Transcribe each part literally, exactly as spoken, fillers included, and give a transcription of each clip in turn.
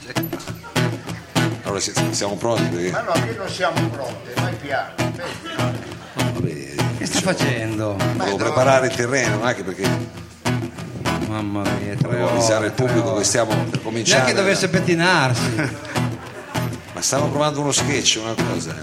Allora siamo pronti perché... Ma no, che non siamo pronti, vai piano. Che sta facendo? Devo preparare il terreno, anche perché Mamma mia, tre devo avvisare ore, il pubblico tre che stiamo per cominciare. Neanche dovesse pettinarsi. Ma stiamo provando uno sketch, una cosa.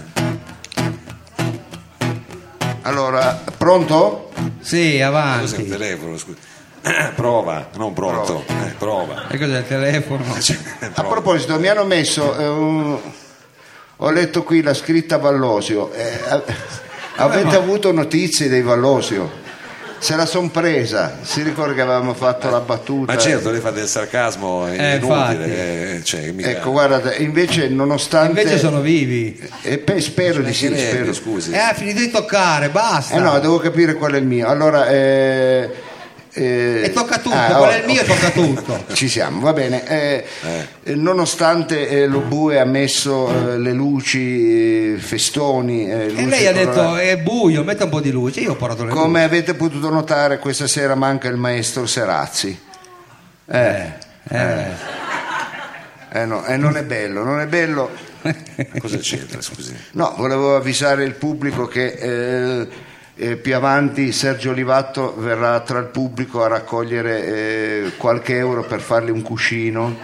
Allora, pronto? Sì, Cos'è un avanti. telefono, scusa. Prova, non pronto. Prova. Eh, prova. E cos'è il telefono? Cioè, A prova. proposito, mi hanno messo eh, un- ho letto qui la scritta Vallosio. Eh, a- avete avuto notizie dei Vallosio? Se la son presa, si ricorda che avevamo fatto la battuta. Ma certo, lei fa del sarcasmo è Eh, inutile. infatti. eh, cioè, mica... Ecco, guarda, invece nonostante Invece sono vivi. e pe- spero di sì, Mancherebbe, spero. scusi. Eh, ha finito di toccare, basta. Eh no, devo capire qual è il mio. Allora, eh, eh, E tocca tutto, ah, quello oh, è il mio e ok. tocca tutto. Ci siamo, va bene. Eh, eh, nonostante eh, lo Bue ha messo eh, le luci, eh, festoni, eh, E luci lei ha detto colorate. è buio, metta un po' di luce. Io ho portato le Come avete potuto notare, questa sera manca il maestro Serazzi. Eh, luci. Eh, eh no, e non è bello, non è bello. Cosa c'entra, scusi? No, volevo avvisare il pubblico che eh, eh, più avanti Sergio Olivatto verrà tra il pubblico a raccogliere eh, qualche euro per fargli un cuscino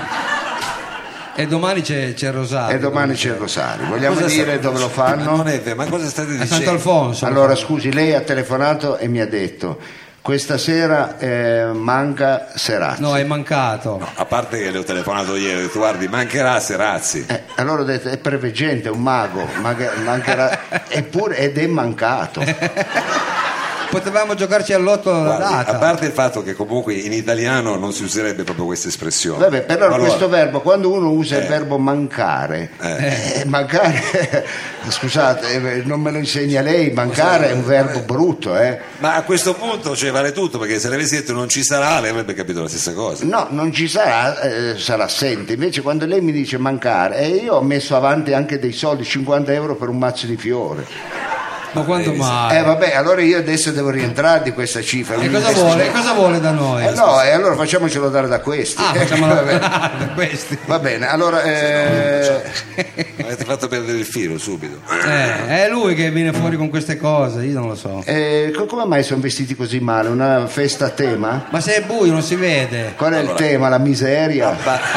E domani c'è, c'è il rosario. e domani c'è il rosario. Vogliamo Cosa dire sta- dove lo Ma fanno? non è vero, ma cosa state A dicendo? Sant'Alfonso. Allora scusi, lei ha telefonato e mi ha detto questa sera eh, manca Serazzi. No, è mancato. A parte che le ho telefonato ieri, ho detto guardi, mancherà Serazzi. Eh, allora ho detto è preveggente, è un mago, manca- mancherà, eppure ed è mancato. Potevamo giocarci all'otto la Guardi, data. a parte il fatto che comunque in italiano non si userebbe proprio questa espressione. Vabbè, però Allora, questo verbo, quando uno usa il Eh. verbo mancare, Eh. eh, mancare, scusate, eh, non me lo insegna lei, mancare è un verbo brutto, eh. Ma a questo punto cioè, vale tutto, perché se le avessi detto non ci sarà, lei avrebbe capito la stessa cosa. No, non ci sarà, eh, sarà assente. Invece quando lei mi dice mancare, e io ho messo avanti anche dei soldi, cinquanta euro per un mazzo di fiori. Ma quando Eh, mai? Eh vabbè, allora io adesso devo rientrare di questa cifra. E un cosa investimento. vuole? Cosa vuole da noi? Eh, no, e allora facciamocelo dare da questi. Ah, Eh, facciamolo va bene. da questi. Va bene, allora eh, Avete fatto perdere il filo subito. Eh, è lui che viene fuori con queste cose, io non lo so. eh, co- come mai sono vestiti così male? Una festa a tema? Ma se è buio non si vede. Qual è Allora. il tema? La miseria?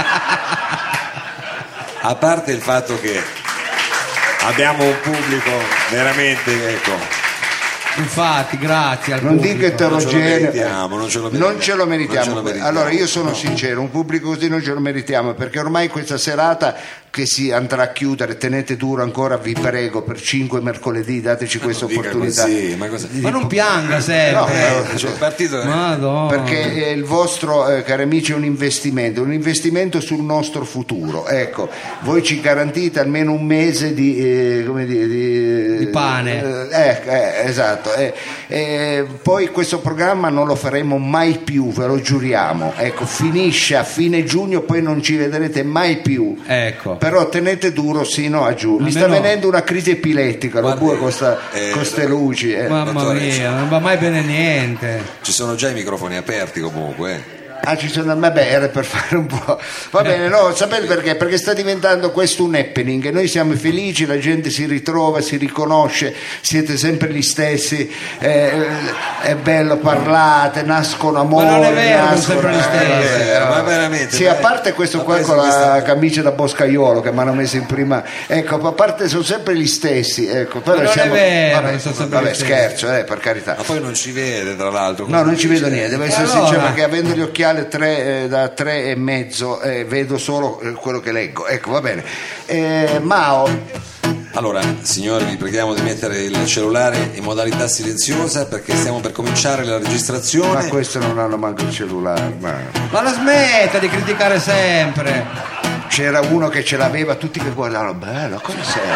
A parte il fatto che abbiamo un pubblico veramente, ecco, Infatti, grazie al Non pubblico. dico eterogeneo. Non ce lo meritiamo, non ce lo meritiamo. Non ce lo meritiamo. Non ce lo meritiamo. Allora io sono No. sincero, un pubblico così non ce lo meritiamo, perché ormai questa serata che si andrà a chiudere, tenete duro ancora, vi prego, per cinque mercoledì, dateci questa Dica opportunità. così, ma cosa... Ma non pianga sempre. Eh, cioè, il partito... Madonna. Perché eh, il vostro, eh, cari amici, è un investimento, un investimento sul nostro futuro. Ecco, voi ci garantite almeno un mese di, eh, come dire, di, Di pane. eh, ecco, eh, esatto. eh, eh, poi questo programma non lo faremo mai più, ve lo giuriamo. Ecco, finisce a fine giugno, poi non ci vedrete mai più. Ecco. Però tenete duro sino a giugno. Mi sta Almeno- venendo una crisi epilettica, lo Guardi, pure con sta- eh, con ste luci. eh. Mamma dottore, mia, non va mai bene niente. Ci sono già i microfoni aperti comunque. eh. Ah, ci sono, vabbè, era per fare un po'. Va bene, no, sapete perché? Perché sta diventando questo un happening e noi siamo felici, la gente si ritrova, si riconosce, siete sempre gli stessi, eh, è bello, parlate, nascono amori. Ma non è vero, non nascono- sempre gli stessi. eh, Eh, ma veramente, Sì, ma- a parte questo ma qua penso con la questa- camicia da boscaiolo che mi hanno messo in prima, ecco, a parte sono sempre gli stessi, ecco, però non è siamo... vero, vabbè, sono sempre vabbè, gli stessi. scherzo, eh, per carità. Ma poi non ci vede tra l'altro. No, non ci vedo niente, devo essere allora? sincero, perché avendo gli occhiali tre, eh, da tre e mezzo eh, vedo solo eh, quello che leggo. Ecco, va bene. Eh, Mao, Allora, signori, vi preghiamo di mettere il cellulare in modalità silenziosa perché stiamo per cominciare la ma registrazione. questo non hanno manco il cellulare. Ma... Ma la smetta di criticare sempre. C'era uno che ce l'aveva, tutti che guardavano, bello, a cosa serve?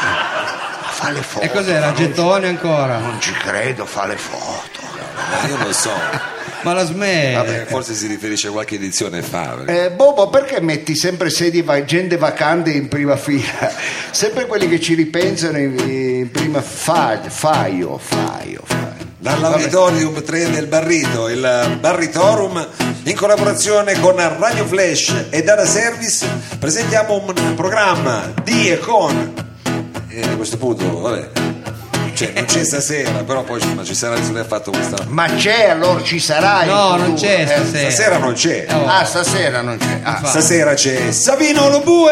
Fa le foto. E cos'era? Gettone ancora? Non ci credo, fa le foto. Ma io non so. Ma la smetta. Vabbè, forse si riferisce a qualche edizione fa. perché- Eh, Bobo, perché metti sempre sedie va- gente vacante in prima fila? Sempre quelli che ci ripensano in, in prima fa, faio, faio, faio. dall'Auditorium tre del Barrito, il Barritorum, in collaborazione con Radio Flash e Data Service, presentiamo un programma di e con, e a questo punto, vabbè, cioè, non c'è stasera, però poi ma ci sarà il fatto questa. Ma c'è, allora ci sarà. No, non c'è stasera. Eh, stasera non c'è. Oh. Ah, stasera non c'è. Ah. Stasera c'è Savino Lobue,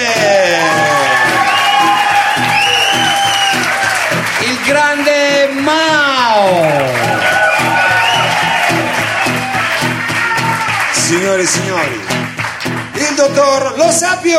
il grande Mao. Signore e signori, il dottor Lo Sapio.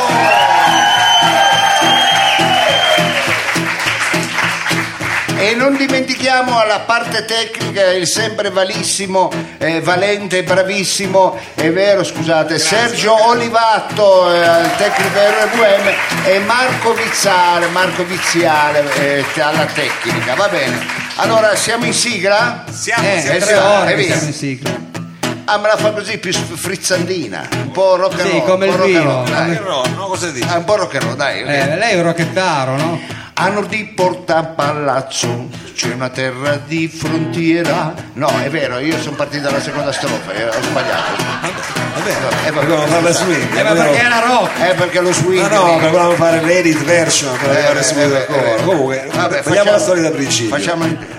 E non dimentichiamo alla parte tecnica il sempre valissimo, eh, valente, bravissimo, è vero, scusate, grazie, Sergio grazie. Olivatto, eh, al tecnico R V M, e Marco Viziale, Marco Viziale eh, alla tecnica, va bene. Allora, siamo in sigla? Siamo, Eh, siamo, tre siamo. ore Hai che visto? siamo in sigla. Ah, me la fa così, più frizzandina, un po' rock and Sì, roll, come un il po' rock and vino. roll, dai. No, no, cosa dici? Ah, un po' rock and roll, dai. ok. Eh, lei è un rocchettaro, no? A nord di Porta Palazzo c'è una terra di frontiera. No, è vero, io sono partito dalla seconda strofa, eh, ho sbagliato. Vabbè, Eh, vabbè, dobbiamo fare la scusate. swing. Eh, ma volevo- perché era rock? Eh, perché lo swing. Ma no, lì- ma volevamo fare l'edit version per Eh, arrivare eh, subito eh, d'accordo. eh, Comunque, vabbè, facciamo la storia da principio. Facciamo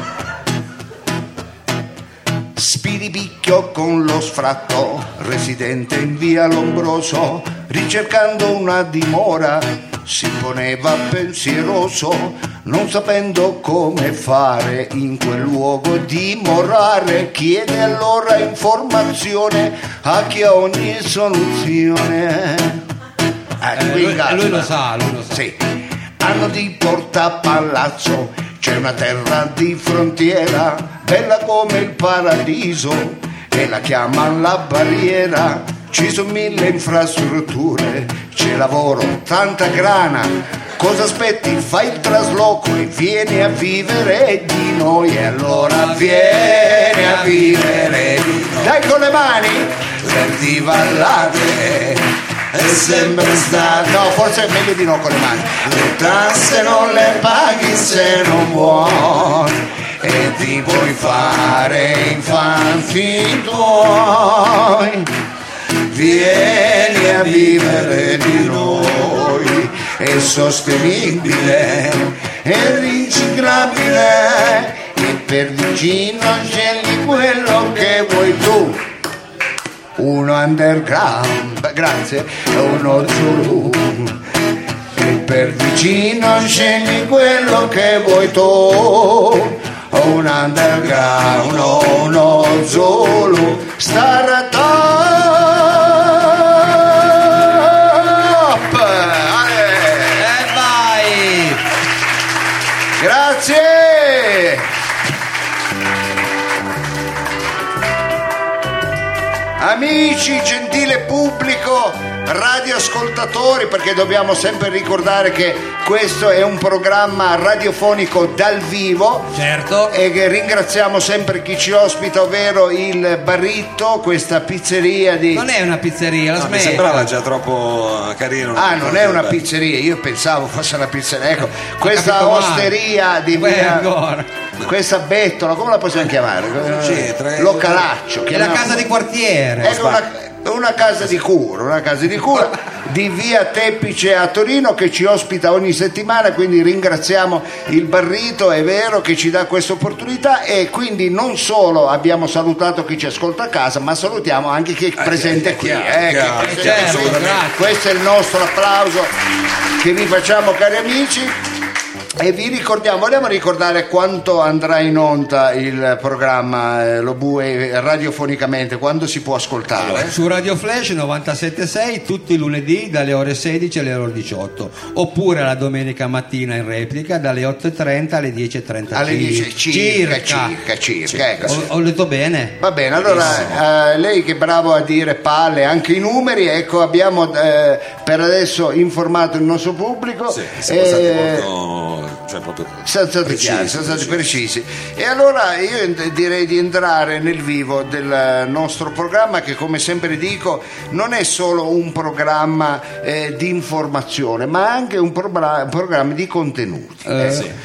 Spiripicchio con lo sfratto, residente in via Lombroso, ricercando una dimora, si poneva pensieroso, non sapendo come fare in quel luogo dimorare. Chiede allora informazione a chi ha ogni soluzione. Ah, Eh, qui lui, in casa. lui lo sa, lui lo sa. Sì, anno di Porta Palazzo c'è una terra di frontiera, bella come il paradiso, e la chiamano la barriera. Ci sono mille infrastrutture, c'è lavoro, tanta grana. Cosa aspetti? Fai il trasloco e vieni a vivere di noi. E allora vieni a vivere di noi. Dai con le mani, verdi vallate. E sembra stato, no, forse è meglio di no con le mani. Le tasse non le paghi se non vuoi, e ti puoi fare infanti tuoi. Vieni a vivere di noi, è sostenibile, è riciclabile, e per vicino scegli quello che vuoi tu. Uno underground, grazie, uno Zulu, e per vicino scegli quello che vuoi tu. Un underground, uno Zulu, Startup. E vai! Grazie. Amici, gentile pubblico, radioascoltatori, perché dobbiamo sempre ricordare che questo è un programma radiofonico dal vivo. Certo. E che ringraziamo sempre chi ci ospita, ovvero il Barrito, questa pizzeria di... Non è una pizzeria, la No, mi smetta. sembrava già troppo carino. Ah, non è una pizzeria, io pensavo fosse una pizzeria. Ecco, questa capito male. osteria di Poi via... ancora. Questa bettola, come la possiamo chiamare? c'entra, eh. Localaccio. È la casa di quartiere. Ecco, una, una casa di cura, una casa di cura di via Teppice a Torino, che ci ospita ogni settimana, quindi ringraziamo il Barrito, è vero, che ci dà questa opportunità. E quindi non solo abbiamo salutato chi ci ascolta a casa, ma salutiamo anche chi è presente qui. chiaro, eh, chi è chiaro, presente certo, qui. grazie. Questo è il nostro applauso che vi facciamo, cari amici. E vi ricordiamo, vogliamo ricordare quanto andrà in onda il programma eh, Lo Bue radiofonicamente, quando si può ascoltare? Su Radio Flash novantasette virgola sei tutti i lunedì dalle ore sedici alle ore diciotto, oppure la domenica mattina in replica dalle otto e trenta alle dieci e trenta. Alle dieci circa, circa, circa, ecco. Ho, ho detto bene? Va bene, allora eh, lei che è bravo a dire palle anche i numeri, ecco, abbiamo eh, per adesso informato il nostro pubblico. Sì, siamo stati eh, molto, cioè proprio sono stati precisi, chiari, sono stati precisi. precisi. E allora io ent- direi di entrare nel vivo del nostro programma, che, come sempre dico, non è solo un programma eh, di informazione, ma anche un, probra- un programma di contenuti. Eh, eh. sì.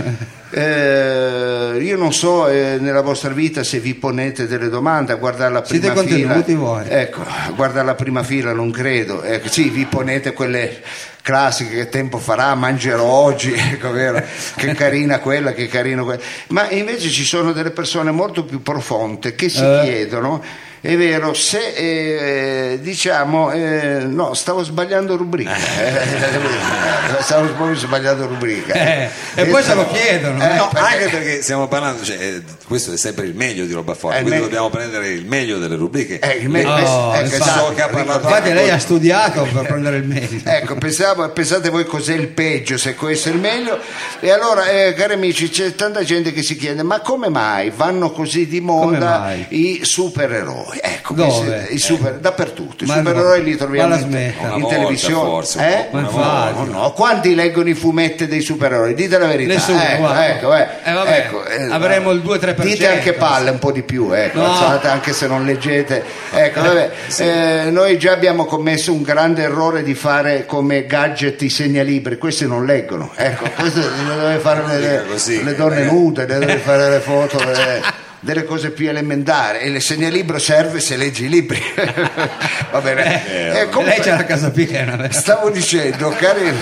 Eh, io non so eh, nella vostra vita se vi ponete delle domande a guardare la prima Siete fila. contenuti voi? Ecco, guardare la prima fila non credo. Ecco, sì, vi ponete quelle classiche: che tempo farà, mangerò oggi, ecco, vero? Che carina quella, che carino quella. Ma invece ci sono delle persone molto più profonde che si Eh. chiedono, è vero, se eh, diciamo eh, no, stavo sbagliando rubrica, eh, stavo proprio sbagliando rubrica. Eh, e poi se lo chiedono. Eh, No, perché- anche perché stiamo parlando, cioè, eh, questo è sempre il meglio di Roba Forte, Eh, il quindi me- dobbiamo prendere il meglio delle rubriche. Eh, il me- No, ecco, infatti. esatto. che ha parlato Infatti anche lei con- ha studiato per prendere il merito. Ecco, pensavo, pensate voi cos'è il peggio, se questo è il meglio. E allora, eh, cari amici, c'è tanta gente che si chiede: ma come mai vanno così di Come moda mai? i supereroi? Ecco, Dove? questi- i super- dappertutto. I Ma supereroi no, li troviamo ma la in, smetta. in Una volta, televisione. forse, un Eh? po', Ma una infatti. volta. No, no, quanti leggono i fumetti dei supereroi? Dite la verità. Nessuno, ecco, guarda. ecco, eh. Eh, vabbè, Ecco, eh, avremo il due tre per cento. Dite anche palle un po' di più, ecco, No. alzate anche se non leggete. Ecco, vabbè. Eh, noi già abbiamo commesso un grande errore di fare come gadget i segnalibri, questi non leggono. Ecco, questo le deve fare le, Dica così, le donne ragazzi. nude, le deve fare le foto. le- delle cose più elementari, e il segnalibro serve se leggi i libri. Va bene. Eh, Eh, comunque- Lei c'ha la casa piena. vero? Stavo dicendo, cari,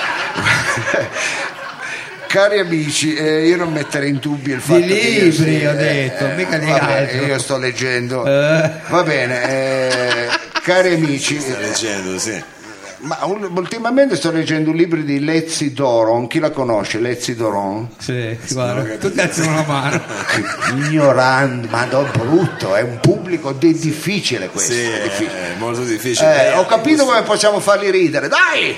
cari amici, eh, io non metterei in dubbio il fatto Di che io libri, sia- ho detto, mica di vabbè, altro. io sto leggendo. Eh. Va bene, eh, cari amici, Sta leggendo, sì. ma un- ultimamente sto leggendo un libro di Lezzi Doron. Chi la conosce, Lezzi Doron? Sì, guarda, tutti alzano la mano. Ignorante, ma no, brutto, è un pubblico di- difficile questo. Sì, è difficile. è molto difficile. Eh, Lei ho ha capito questo- come possiamo farli ridere, dai!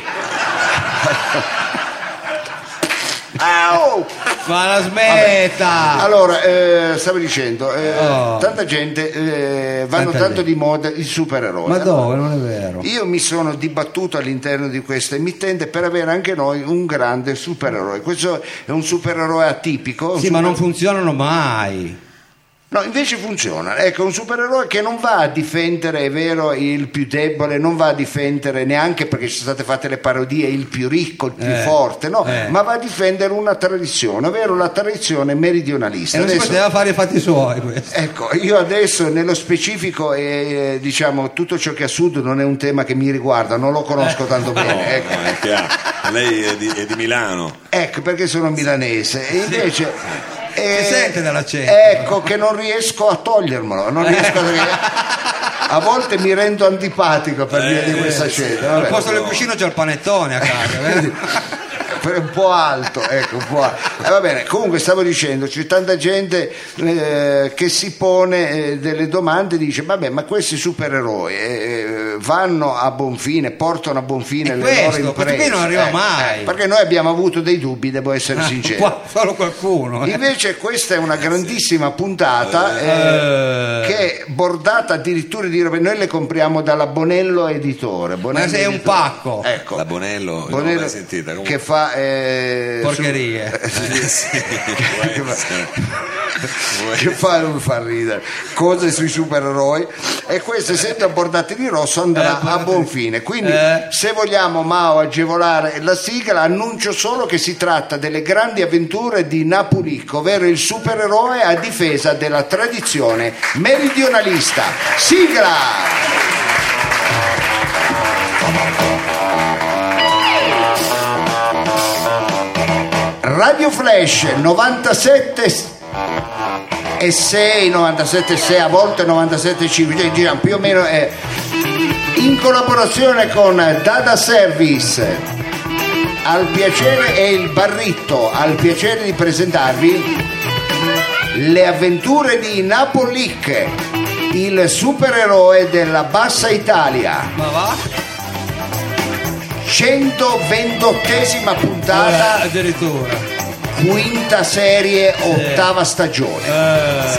Au! Ma la smetta! Allora, eh, stavo dicendo, eh, Oh. tanta gente eh, vanno Tanta tanto gente. di moda i supereroi. Ma dove? Non è vero. Io mi sono dibattuto all'interno di questa emittente per avere anche noi un grande supereroe. Questo è un supereroe atipico. un Sì, ma non super- funzionano mai. No, invece funziona. Ecco, un supereroe che non va a difendere, è vero, il più debole, non va a difendere neanche, perché ci sono state fatte le parodie, il più ricco, il più Eh, forte, no, eh. ma va a difendere una tradizione, ovvero la tradizione meridionalista. E non si Adesso- poteva fare i fatti suoi questo. Ecco, io adesso nello specifico, eh, diciamo, tutto ciò che è a sud non è un tema che mi riguarda, non lo conosco tanto No, bene. Ecco. no, è chiaro. Lei è di, è di Milano. Ecco, perché sono milanese e invece eh, Si sente dall'accento. ecco che non riesco a togliermelo, non riesco a... a volte mi rendo antipatico per via di questa scelta. Al Vabbè. posto del cuscino c'è il panettone a casa, vedi? Per un po' alto, ecco, un po' alto. Eh, va bene, comunque stavo dicendo, c'è tanta gente eh, che si pone eh, delle domande, dice vabbè, ma questi supereroi eh, vanno a buon fine, portano a buon fine E le questo, loro questo imprese. qui non arriva Eh, mai. eh, perché noi abbiamo avuto dei dubbi, devo essere sincero. Qua, solo qualcuno. eh. Invece questa è una grandissima puntata eh, Eh. che è bordata addirittura di robe. Noi le compriamo dalla Bonello Editore. Bonello Ma sei un Editore. pacco. Ecco. La Bonello, non l'ho Bonello mai sentita. Comunque. che fa eh, Porcherie. Eh, sì, può essere. Può che fa non fa ridere cose sui supereroi, e questo essendo abbordati di rosso andrà Eh, a buon fine. Quindi eh. se vogliamo, Mao, agevolare la sigla, annuncio solo che si tratta delle grandi avventure di Napulic, ovvero il supereroe a difesa della tradizione meridionalista. Sigla! Radio Flash novantasette e sei, novantasette e sei, a volte novantasette e cinque, cioè, diciamo, più o meno è in collaborazione con Dada Service, al piacere, e il Barritto, al piacere di presentarvi le avventure di Napolic, il supereroe della Bassa Italia. Ma va? centoventotesima Eh, puntata, addirittura. quinta serie, ottava stagione. Eh,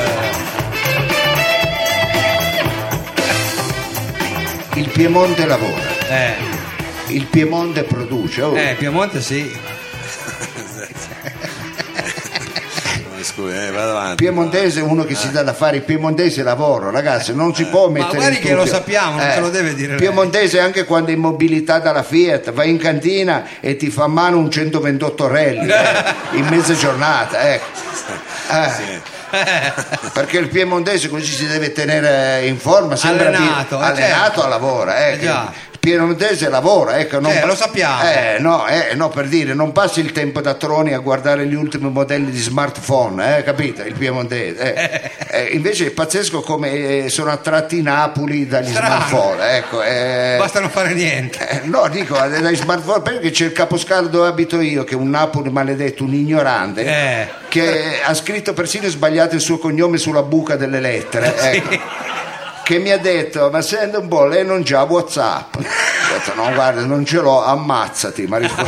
Il Piemonte lavora, eh, il Piemonte produce. Oh. eh, Piemonte sì. scusi, eh, vado avanti. Piemontese è uno che si dà da fare, il piemontese è lavoro, ragazzi, non si può mettere guardi in che lo dubbio. sappiamo, non ce lo deve dire lei. Piemontese anche quando è in mobilità dalla Fiat, vai in cantina e ti fa a mano un centoventotto rally eh, in mezza giornata, ecco. Eh. Sì. Perché il piemontese così si deve tenere in forma, sembra Allenato, di- eh, allenato certo. a lavoro, ecco. Eh, già. Il piemontese lavora, ecco, non Eh, lo sappiamo. Eh, no, eh, no, per dire, non passi il tempo da troni a guardare gli ultimi modelli di smartphone, eh, capito? Il piemontese. eh. Eh, invece è pazzesco come eh, sono attratti i Napoli dagli Strano. smartphone, ecco. eh. Basta non fare niente. Eh, no, dico eh, dai smartphone perché c'è il caposcalo dove abito io, che è un Napoli maledetto, un ignorante, Eh. che ha scritto persino sbagliato il suo cognome sulla buca delle lettere. Ecco. Che mi ha detto: ma senti un po', lei non c'ha WhatsApp? Ho detto: no, guarda, non ce l'ho, ammazzati. Ma risposto: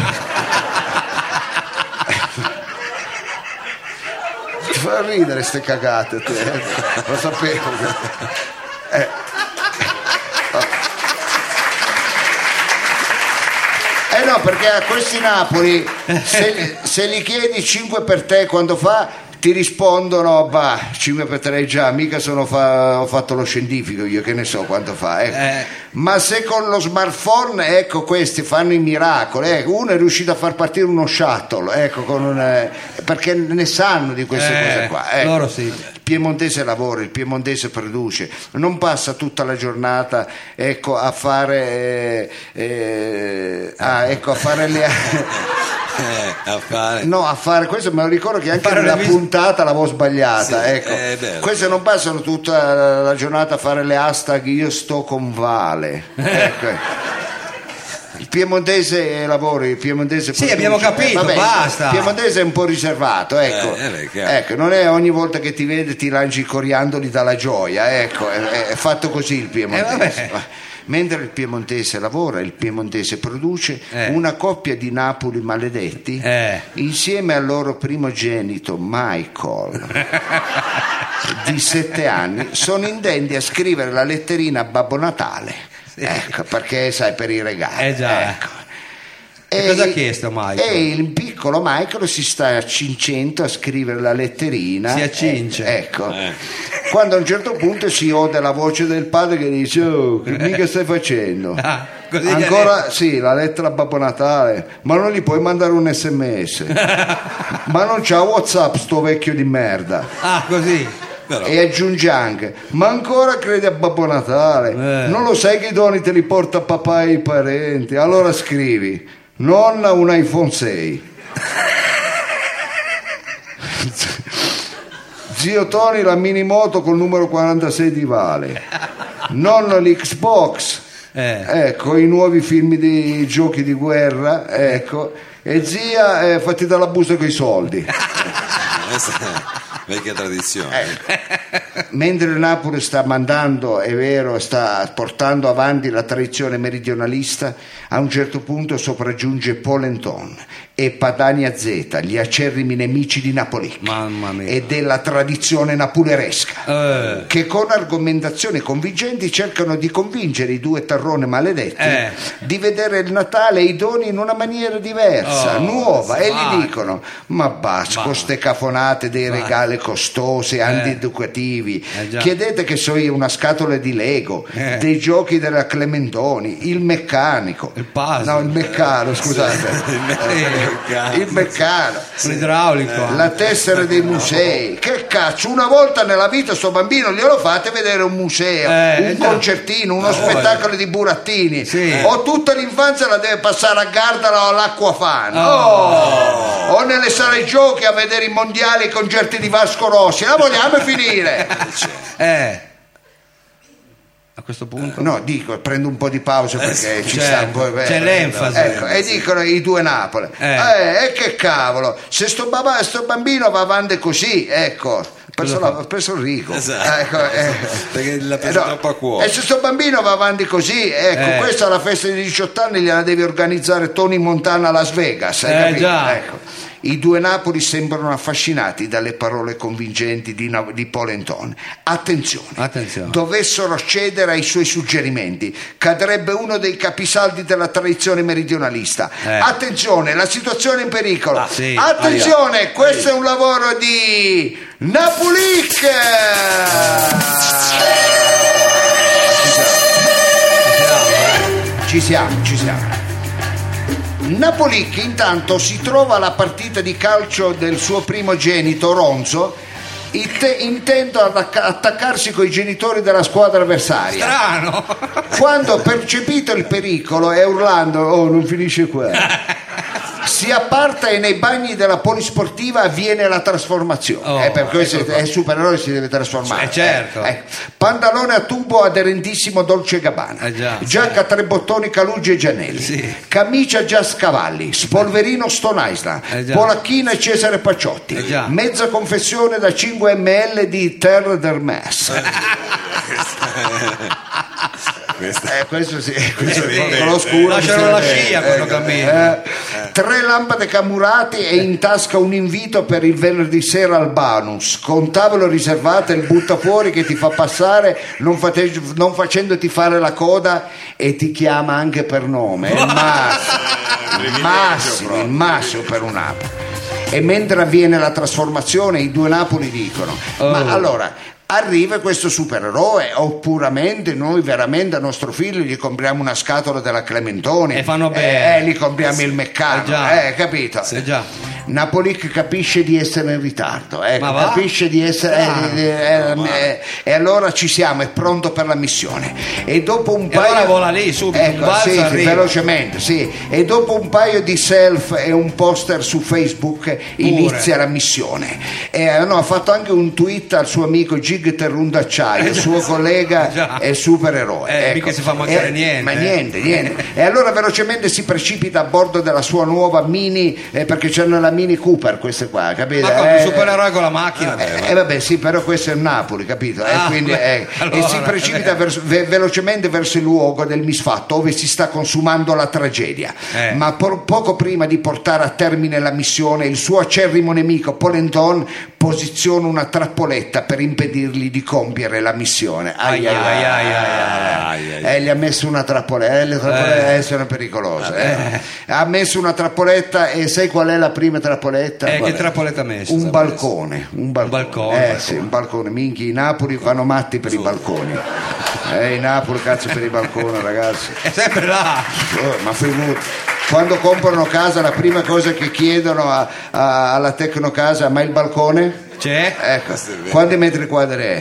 ti fa ridere ste cagate te, eh? Lo sapevo che... eh. Eh no, perché a questi Napoli se, se gli chiedi cinque per te quando fa, ti rispondono: bah, cinque per tre già, mica sono fa- ho fatto lo scientifico io, che ne so quanto fa, ecco. Eh. Ma se con lo smartphone, ecco, questi fanno i miracoli, ecco. Uno è riuscito a far partire uno shuttle, ecco, con un, eh, perché ne sanno di queste Eh, cose qua, ecco. loro sì. Il piemontese lavora, il piemontese produce, non passa tutta la giornata, ecco, a fare eh, eh, ah, ecco, a fare le Eh, a fare. no, a fare questo, me lo ricordo che anche Fare nella le vis- puntata l'avevo sbagliata, Sì, ecco. è vero. Queste non passano tutta la giornata a fare le hashtag io sto con Vale, ecco. Il piemontese lavora, il piemontese Sì, produce. abbiamo capito, vabbè, basta. Il piemontese è un po' riservato, ecco. Eh, eh, beh, chiaro. Ecco, non è ogni volta che ti vede ti lanci i coriandoli dalla gioia, ecco, è, è fatto così il piemontese. Eh, vabbè. Mentre il piemontese lavora, il piemontese produce, Eh. una coppia di Napoli maledetti, Eh. insieme al loro primogenito Michael di sette anni, sono indenti a scrivere la letterina a Babbo Natale, ecco, perché sai, per i regali, Eh già. ecco. E cosa ha chiesto Michael? E il piccolo Michael si sta accingendo a scrivere la letterina. Si accinge. Eh, ecco. Eh. Quando a un certo punto si ode la voce del padre che dice: oh, che mica stai facendo? Ah, così Ancora sì, la lettera a Babbo Natale, ma non gli puoi mandare un sms? Ma non c'ha WhatsApp sto vecchio di merda. Ah, così. Però, E aggiunge anche: ma ancora credi a Babbo Natale? Eh. Non lo sai che i doni te li porta papà e i parenti? Allora scrivi: nonna un iPhone sei. Zio Tony la minimoto col numero quarantasei di Vale. Nonno l'Xbox. Eh. Ecco i nuovi film di giochi di guerra, ecco. E zia eh, fatti dalla busta coi soldi. questa è vecchia tradizione. Mentre il Napoli sta mandando, è vero, sta portando avanti la tradizione meridionalista, a un certo punto sopraggiunge Polenton e Padania Z, gli acerrimi nemici di Napoli Mamma mia. e della tradizione napoleresca, Eh. che con argomentazioni convincenti cercano di convincere i due terrone maledetti Eh. di vedere il Natale e i doni in una maniera diversa, Oh, nuova, e vai. gli dicono: ma basta con ste cafonate dei regali costosi, antieducativi, Eh, già. chiedete che so io una scatola di Lego, Eh. dei giochi della Clementoni, il meccanico, Il puzzle. no, il meccano, scusate, Eh, il meccano, un idraulico. la tessera dei musei. Che cazzo, una volta nella vita sto bambino glielo fate vedere un museo, Eh, un già. concertino, uno Eh, spettacolo di burattini, Sì. o tutta l'infanzia la deve passare a Gardala o all'Acquafana, oh. o nelle sale giochi a vedere i mondiali e i concerti di Vasco Rossi. La vogliamo finire? Eh. A questo punto. No, dico, prendo un po' di pausa perché sì, ci certo. sta un po'. C'è l'enfasi. Ecco, e dicono i due Napoli: Eh. eh, e che cavolo, se sto, babà, sto bambino va avanti così, ecco. Preso, la, preso il rico, Esatto. ecco, eh. Perché l'ha preso Eh, no, troppo a cuore. E se sto bambino va avanti così, ecco, Eh. questa alla festa di diciotto anni gliela devi organizzare Tony Montana a Las Vegas, hai Eh, capito? già. Ecco. I due Napoli sembrano affascinati dalle parole convincenti di, Na- di Polenton. Attenzione, Attenzione. dovessero cedere ai suoi suggerimenti, cadrebbe uno dei capisaldi della tradizione meridionalista. Eh. Attenzione, la situazione è in pericolo. Ah, sì. Attenzione, Aia. questo è un lavoro di Napolic. Ci siamo, ci siamo. Napolic intanto si trova alla partita di calcio del suo primogenito Ronzo, ite- intento ad acc- attaccarsi coi genitori della squadra avversaria. Strano. Quando ha percepito il pericolo e urlando "oh, non finisce qua", si apparta e nei bagni della polisportiva avviene la trasformazione. Oh, eh, per questo ecco è supereroe, si deve trasformare. Eh, certo. Eh, eh. Pantalone a tubo aderentissimo Dolce Gabbana, Eh, già. giacca a tre bottoni Calugi e Gianelli, Sì. camicia Jazz Cavalli, spolverino Stone Island, Eh, già. polacchina e Cesare Pacciotti, Eh, già. mezza confessione da cinque millilitri di Terre d'Hermès. Questa- Eh, questo sì, questo Eh, è sì. con lo scuro. Lasciano la scia quando Eh, cammina. eh, tre lampade camurati e in tasca un invito per il venerdì sera al Banus, con tavolo riservato e il buttafuori che ti fa passare non, fate- non facendoti fare la coda e ti chiama anche per nome. È il massimo, il massimo, il massimo per un Napoli. E mentre avviene la trasformazione i due Napoli dicono ma Oh. allora arriva questo supereroe o puramente noi veramente a nostro figlio gli compriamo una scatola della Clementoni E fanno bene. eh, gli compriamo il meccano, Eh, già. eh, capito? Eh, già. Napolic capisce di essere in ritardo, ecco, Ma va? capisce di essere Ah, eh, eh, eh, e allora ci siamo, è pronto per la missione e dopo un E paio allora vola lì, subito, un ecco, balzo sì, sì, arriva. velocemente, sì. E dopo un paio di self e un poster su Facebook inizia la missione e no, ha fatto anche un tweet al suo amico Gig Terrundacciaio, suo collega Eh, già. e supereroe, Eh, ecco. mica si fa mancare E- niente, ma eh. niente, niente. E allora velocemente si precipita a bordo della sua nuova mini eh, perché c'hanno la Mini Cooper queste qua, capito? Ma come, Eh, un supereroe con la macchina? eh, eh, vabbè sì, però questo è Napoli, capito? Eh, Ah, quindi, beh, eh, allora, e si precipita eh. verso- ve- velocemente verso il luogo del misfatto dove si sta consumando la tragedia. Eh. Ma por- poco prima di portare a termine la missione il suo acerrimo nemico Polenton posiziona una trappoletta per impedirgli di compiere la missione. Ai, Ai, ai, ai, ai, ai, ai, ai. Eh, gli ha messo una trappoletta, eh, le trappolette eh, sono pericolose. eh. Ha messo una trappoletta e sai qual è la prima trappoletta? Eh, Qual che è? trappoletta ha messo? Un balcone, un balcone, balcone, eh sì, un balcone, minchia, i Napoli vanno matti per i balconi, eh, i Napoli cazzo per i balconi ragazzi. È sempre là. Oh, ma figurati, quando comprano casa la prima cosa che chiedono a- a- alla Tecnocasa, ma il balcone? C'è? Ecco, quanti metri quadri è?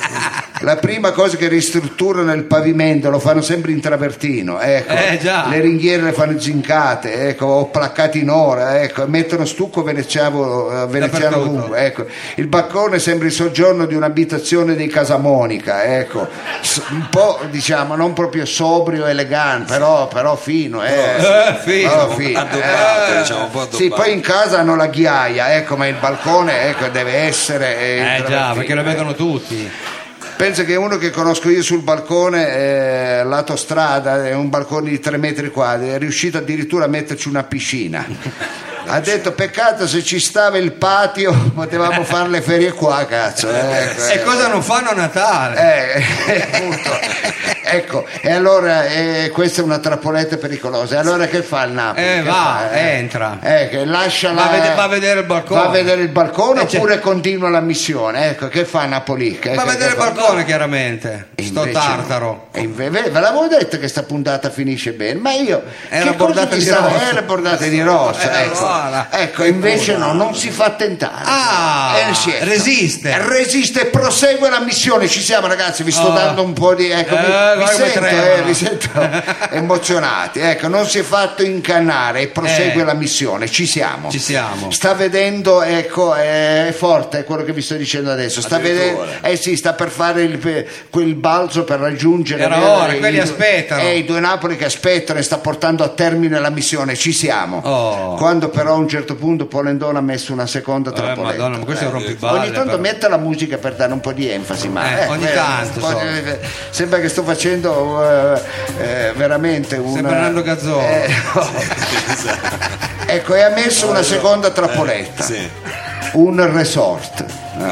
La prima cosa che ristrutturano è il pavimento, lo fanno sempre in travertino, ecco. Eh, già. Le ringhiere le fanno zincate, ecco, o placcati in ora, ecco, mettono stucco veneziano, eh, veneziano Dappertutto. ovunque, ecco. Il balcone sembra il soggiorno di un'abitazione dei Casamonica, ecco. S- un po' diciamo non proprio sobrio, elegante, però, però fino, eh. Eh, fino. Però fino, Addobbato, eh. diciamo, un po' addobbato. Sì, poi in casa hanno la ghiaia, ecco, ma il balcone ecco, deve essere eh, Eh già, travertino. perché lo vedono tutti. Penso che uno che conosco io sul balcone, eh, lato strada, è un balcone di tre metri quadri, è riuscito addirittura a metterci una piscina. Ha detto peccato se ci stava il patio, potevamo fare le ferie qua, cazzo. eh, E cosa non fanno a Natale? eh, appunto. Ecco, e allora eh, questa è una trappoletta pericolosa. E allora che fa il Napoli? Eh, Che va, fa, eh? entra. Eh, che lascia Va la- a vede- va a vedere il balcone. Va a vedere il balcone Eh, c'è- oppure continua la missione? Ecco, che fa Napoli? Che- Va a che- vedere il che fa? balcone, chiaramente. E Sto invece tartaro. no. E inve- ve ve l'avevo detto che sta puntata finisce bene, ma io Era che cosa bordata ti di stavo- rosso. era bordata di rosso, Eh, ecco. allora. Ecco, invece no, non si fa tentare. Ah, Eh, sì, ecco. resiste. Resiste e prosegue la missione. Ci siamo ragazzi, vi sto Oh. dando un po' di ecco, Eh, vi, vi guarda come sento, tremano. eh, vi sento emozionati. Ecco, non si è fatto incannare e prosegue Eh. la missione. Ci siamo. Ci siamo. Sta vedendo, ecco, è forte è quello che vi sto dicendo adesso. Sta vedendo, Addirittura. eh sì, sta per fare il- quel balzo per raggiungere Era vero, ora, i- quelli i- aspettano. eh, i due Napoli che aspettano e sta portando a termine la missione. Ci siamo. Oh. Quando però a un certo punto Polendone ha messo una seconda Eh, trappoletta. Madonna, ma questo è un rompiballe. Ogni tanto però. mette la musica per dare un po' di enfasi, ma Eh, ogni eh, tanto, un po' so. di- sembra che sto facendo facendo eh, eh, veramente una... Sembra Nando Gazzolo. Eh, no. Ecco, e ha messo una seconda trappoletta, Sì. un resort.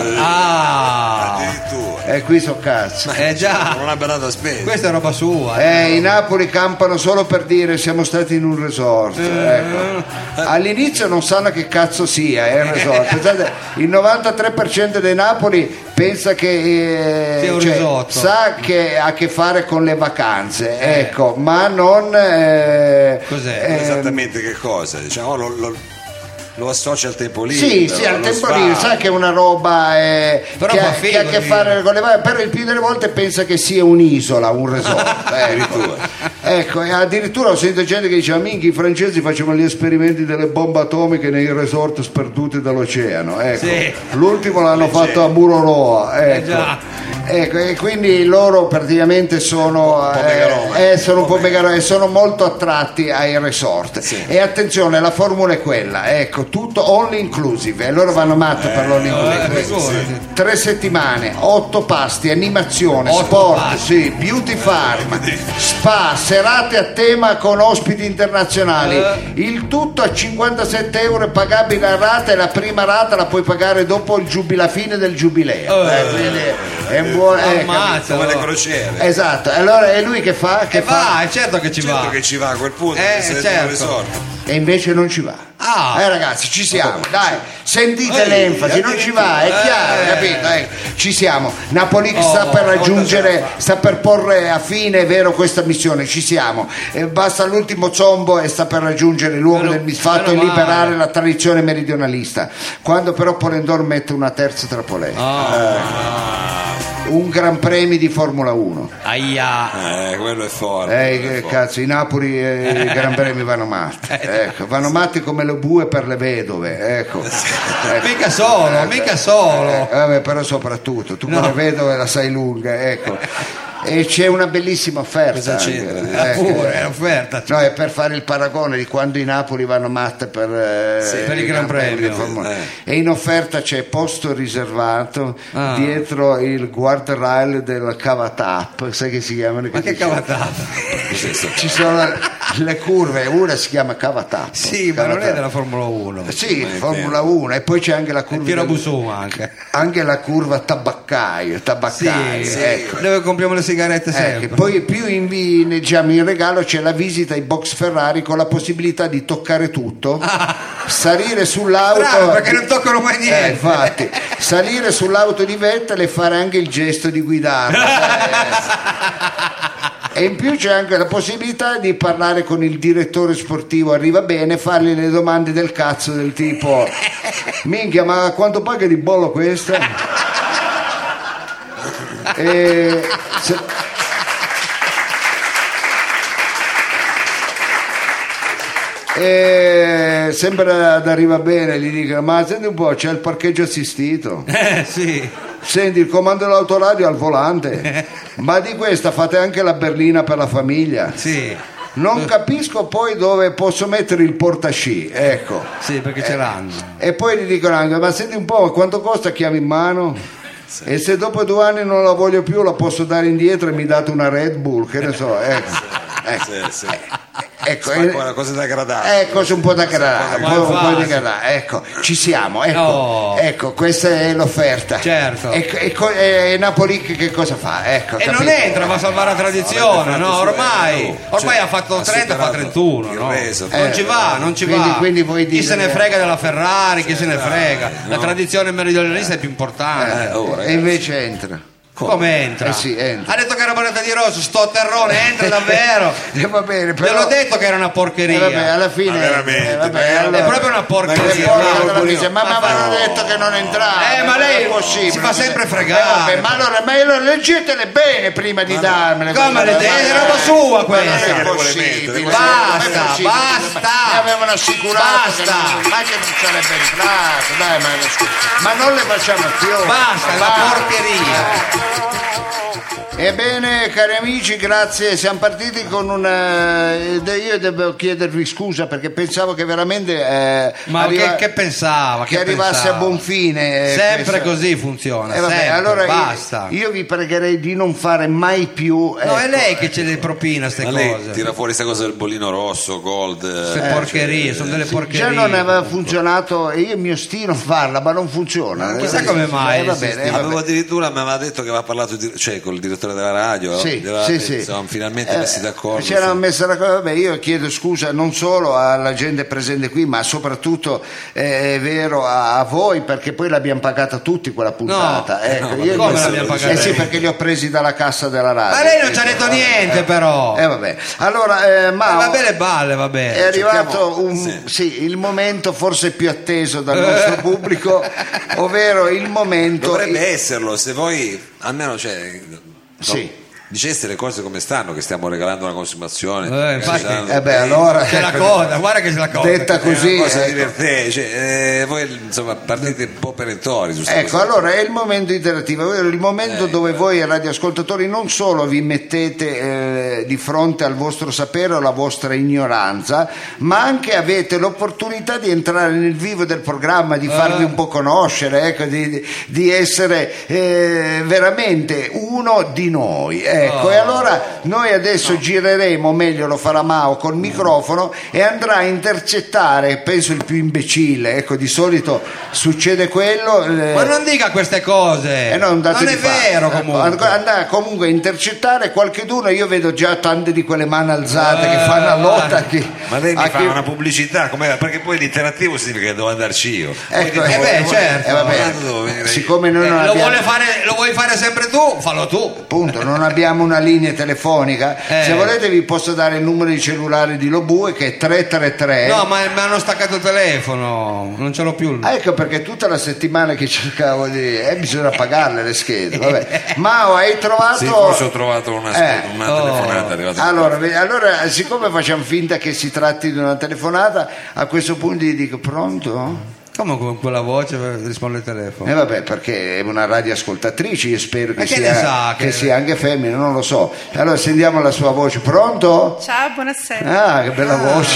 Ah, Addirittura. E qui so cazzo. eh già, Non ha barato a spesa. questa è roba sua. eh. Eh, i Napoli campano solo per dire siamo stati in un resort. Ecco. All'inizio non sanno che cazzo sia eh, il resort. Pensate, il novantatré per cento dei Napoli pensa che eh, Sia un cioè, risotto. sa che ha a che fare con le vacanze, ecco, ma non eh, Cos'è? eh, Esattamente che cosa? Diciamo, lo, lo, lo associa al tempo libero. Sì, sì, al allo tempo svago. libero, sa che è una roba eh, Però che, fa ha, figo che ha a che dire. fare con le varie, però il più delle volte pensa che sia un'isola, un resort. Ecco. Ecco, e addirittura ho sentito gente che diceva: minchia, i francesi facevano gli esperimenti delle bombe atomiche nei resort sperduti dall'oceano. Ecco. Sì. L'ultimo l'hanno fatto a Muroroa. Ecco. già. Ecco, e quindi loro praticamente sono, Un po' eh, megalomani. eh, sono un po' megalomani, sono molto attratti ai resort. Sì. E attenzione, la formula è quella, ecco, tutto all inclusive, e loro vanno matti per l'all Eh, inclusive. figurati. Tre settimane, otto pasti, animazione, Otto sport, pasti. sì, beauty farm, spa, serate a tema con ospiti internazionali, Eh. il tutto a cinquantasette euro, pagabile a rata, e la prima rata la puoi pagare dopo il giubi- la fine del giubileo. Eh. Eh, quindi è un buon, eh, Ammazza, Come le no. crociere. esatto, allora è lui che fa? Che E fa? va, è certo che ci Certo va. che ci va a quel punto, Eh, che siete certo. un resort. E invece non ci va. Ah. Eh ragazzi, ci siamo, dai, sentite Ehi, l'enfasi, non ci va, è addirittura. chiaro, Eh. capito? Eh, ci siamo. Napoli che Oh, sta per oh, raggiungere, sta per porre a fine, è vero, questa missione, ci siamo. Eh, basta l'ultimo zombo e sta per raggiungere il luogo Meno- del misfatto e meno liberare male. la tradizione meridionalista. Quando però Polendor mette una terza trappoletta, Ah, un Gran Premio di Formula uno. aia. Eh, quello è forte. Eh, quello è che forte. cazzo, i Napoli e i Gran Premi vanno matti, ecco, vanno matti come le bue per le vedove, ecco. Ecco. Mica solo, mica solo. Eh, vabbè, però soprattutto, tu No. con le vedove la sai lunga, ecco. E c'è una bellissima offerta. Cosa anche, c'entra? ecco. Pure, è offerta. No, è per fare il paragone di quando i Napoli vanno matte per, eh, Sì, per il Gran Premio. di Formula uno. Eh. E in offerta c'è posto riservato Ah. dietro il guardrail del Cavatap, sai che si chiamano? Ma che dice- cavatata. Ci sono le curve, una si chiama Cavatap. Sì, ma non è Cavatap. della Formula uno. Sì, Ma è Formula uno, e poi c'è anche la curva Piero del- Busuma anche. anche la curva tabaccaio, Sì, tabaccaio, sì. ecco. Dove compriamo le sigarette Ecco, sempre. poi più in, in- diciamo, in regalo c'è la visita ai box Ferrari con la possibilità di toccare tutto, salire sull'auto, Strano, perché non toccano mai niente. Eh, infatti, salire sull'auto di Vettel e fare anche il gesto di guidarla. E in più c'è anche la possibilità di parlare con il direttore sportivo, arriva bene, fargli le domande del cazzo del tipo: minchia, ma quanto paga di bollo questa? E se- E sembra ad arriva bene, gli dicono: ma senti un po', c'è il parcheggio assistito, Eh, sì. senti il comando dell'autoradio al volante, ma di questa fate anche la berlina per la famiglia. Sì. Non capisco poi dove posso mettere il portasci, ecco. Sì, perché ce l'hanno. E poi gli dicono anche: ma senti un po', quanto costa chiave in mano? E se dopo due anni non la voglio più, la posso dare indietro e mi date una Red Bull, che ne so, ecco. Ecco. Sì, sì. Ecco, Fa eh, una cosa da gradare. eh, cose un po' da gradare, un Ma po', un po' infatti. di gradare. Ecco, ci siamo, ecco, Oh. ecco, questa è l'offerta. Certo. E, e, co- e Napoli che, che cosa fa? Ecco, E non capito? entra, va a salvare la tradizione, Avete no? fatto Ormai, su- ormai cioè, ha fatto ha trenta, fa superato trentuno, il no? reso. Non Eh, ci va, non ci quindi- va. quindi vuoi Chi se dire- ne frega della Ferrari, chi se ne frega? La no. tradizione meridionalista è più importante. Eh, oh, E invece entra. Come entra? Eh sì, entra. Ha detto che era moneta di rosso, sto terrone, entra davvero. E va bene, però... Gliel'ho detto che era una porcheria. Eh, vabbè, alla fine Ma veramente, eh, vabbè, ma è- allora- È proprio una porcheria. Ma E così, poi no, allora no, dice: ma mi no. avevano detto che non entrava. Eh, ma non lei è possibile. si fa sempre fregare. Eh, vabbè, ma allora, ma allora leggetele bene prima di darmele. Come le queste- dite? È ma- roba sua ma questa. non è Le vuole possibile, mettere, ma basta, non è possibile. basta. Mi avevano assicurato che Basta. non, ma che non sarebbe entrato, dai, ma, ma non le facciamo più. Basta, è una porcheria. Ebbene, cari amici, grazie. Siamo partiti con una. Io devo chiedervi scusa perché pensavo che veramente. Eh, Ma arriva... che, che pensava? Che, che arrivasse pensava? a buon fine. Eh, sempre questa... così funziona. Eh, vabbè, sempre, allora basta. Io, io vi pregherei di non fare mai più. No, ecco, è lei che ce le propina queste Ma lei cose. tira fuori questa cosa del bollino rosso, gold. Queste eh, porcherie, cioè, sono delle Già porcherie. non aveva funzionato e io mi ostino a farla, ma non funziona. Chissà Eh, come mai eh, va esiste. bene, eh, Avevo vabbè. addirittura mi aveva detto che aveva parlato di, cioè, col direttore della radio. Sì, aveva- sì, sì. Siamo finalmente Eh, messi d'accordo. ci eravamo sì. messi d'accordo. Vabbè, io chiedo scusa non solo alla gente presente qui, ma soprattutto eh, è vero a, a voi, perché poi l'abbiamo pagata tutti quella puntata. No, ecco, no, io come li ho- l'abbiamo pagata Eh sì, lei? perché li ho presi dalla cassa della radio. Ma lei non ci ha detto niente, però. Eh vabbè. Allora, eh, Mao, Va bene, balle, va bene. è arrivato cerchiamo- un, sì. sì, il momento forse più atteso dal nostro pubblico, ovvero il momento. Dovrebbe esserlo, se voi almeno cioè, no, Sì. diceste le cose come stanno, che stiamo regalando una consumazione. Eh, infatti- Ci saranno- Eh beh, allora C'è la ecco, coda, guarda che c'è la coda. detta è una così, cosa ecco. divertente, cioè, eh, voi insomma partite un po' perentori su sta Ecco, cosa. allora è il momento interattivo, ovvero il momento dove voi radioascoltatori non solo vi mettete eh, di fronte al vostro sapere o alla vostra ignoranza, ma anche avete l'opportunità di entrare nel vivo del programma, di farvi un po' conoscere, ecco, di, di essere eh, veramente uno di noi. Ecco, e allora noi adesso gireremo, o meglio lo farà Mao col microfono e andrà a intercettare, penso il più imbecille, ecco, di solito succede quello. eh, Ma non dica queste cose. eh no, un dato non di è fatto. vero Ecco, comunque. andare comunque a intercettare qualcheduno. Io vedo già tante di quelle mani alzate che Eh, fanno a lotta a chi, Ma lei mi a fa chi- una pubblicità, com'era? Perché poi l'interattivo significa che devo andarci io. Ecco, Quindi, eh beh, devo- certo. eh, vabbè, Tanto devo venire io. siccome noi Eh, non lo, abbiamo, vuole fare, lo vuoi fare sempre tu? Fallo tu. appunto, non abbiamo una linea telefonica, Eh. se volete vi posso dare il numero di cellulare di Lobue che è tre tre tre. No, ma mi hanno staccato il telefono, non ce l'ho più. Ah, ecco perché tutta la settimana che cercavo di eh, bisogna pagarle le schede. Vabbè. Mao, hai trovato Sì, forse ho trovato una, Eh. una Oh. telefonata arrivata. Allora, ve- allora, siccome facciamo finta che si tratti di una telefonata, a questo punto gli dico pronto? Come con quella voce risponde il E telefono? eh vabbè, perché è una radioascoltatrice, io spero che, Ma che sia, ne sa che che- sia anche femmina, non lo so. Allora sentiamo la sua voce, pronto? Ciao, buonasera. Ah, che bella voce.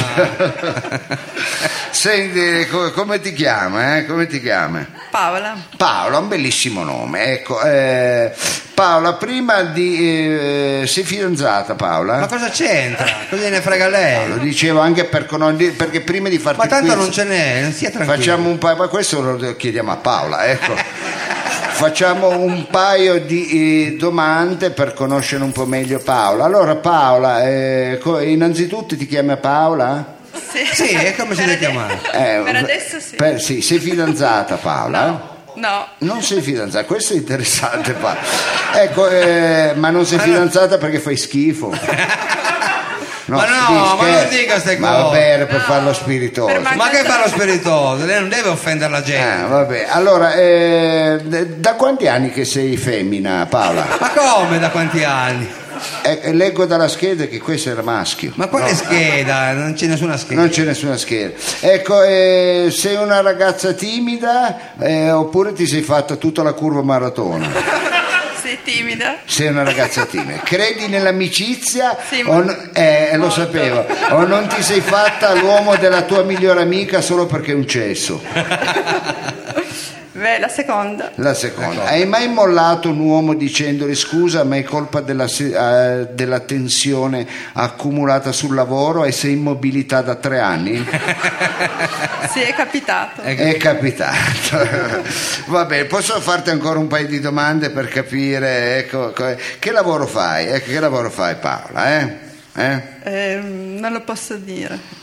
Senti, co- come ti chiama? Eh? Come ti chiama? Paola. Paola, un bellissimo nome. Ecco, eh, Paola, prima di... eh, sei fidanzata, Paola? Ma cosa c'entra? Cosa ne frega lei? Lo dicevo anche per, non di- perché prima di farti Ma tanto quiz, non ce n'è, non sia tranquillo. facciamo un paio, ma questo lo chiediamo a Paola, ecco. Facciamo un paio di eh, domande per conoscere un po' meglio Paola. Allora Paola, eh, co- innanzitutto ti chiami Paola? Sì, Sì, e come si Per deve ade- chiamare? Eh, Per adesso sì. per- sì, sei fidanzata Paola? No, Non sei fidanzata, questo è interessante Paola. Ecco, eh, ma non sei fidanzata perché fai schifo. Ma no, si ma scherza. non dica ste Ma cose. va bene, per No, farlo spiritoso. per man- Ma che fa lo spiritoso? Lei non deve offendere la gente. Ah, vabbè. Allora, eh, da quanti anni che sei femmina, Paola? Ma come, da quanti anni? Eh, leggo dalla scheda che questo era maschio. Ma quale scheda? Non c'è nessuna scheda. Non c'è nessuna scheda. Ecco, eh, sei una ragazza timida eh, oppure ti sei fatta tutta la curva maratona? sei timida. Sei una ragazza timida. Credi nell'amicizia? Sì, o molto. no- eh, lo Molto. sapevo. O non ti sei fatta l'uomo della tua migliore amica solo perché è un cesso? Beh, la seconda. La seconda. Hai mai mollato un uomo dicendogli scusa, ma è colpa della, se- eh, della tensione accumulata sul lavoro e sei in mobilità da tre anni? Sì, è capitato. Eh, È capitato. Va bene, posso farti ancora un paio di domande per capire, ecco, co- che lavoro fai? Ecco, che lavoro fai Paola? Eh? Eh? Ehm, non lo posso dire.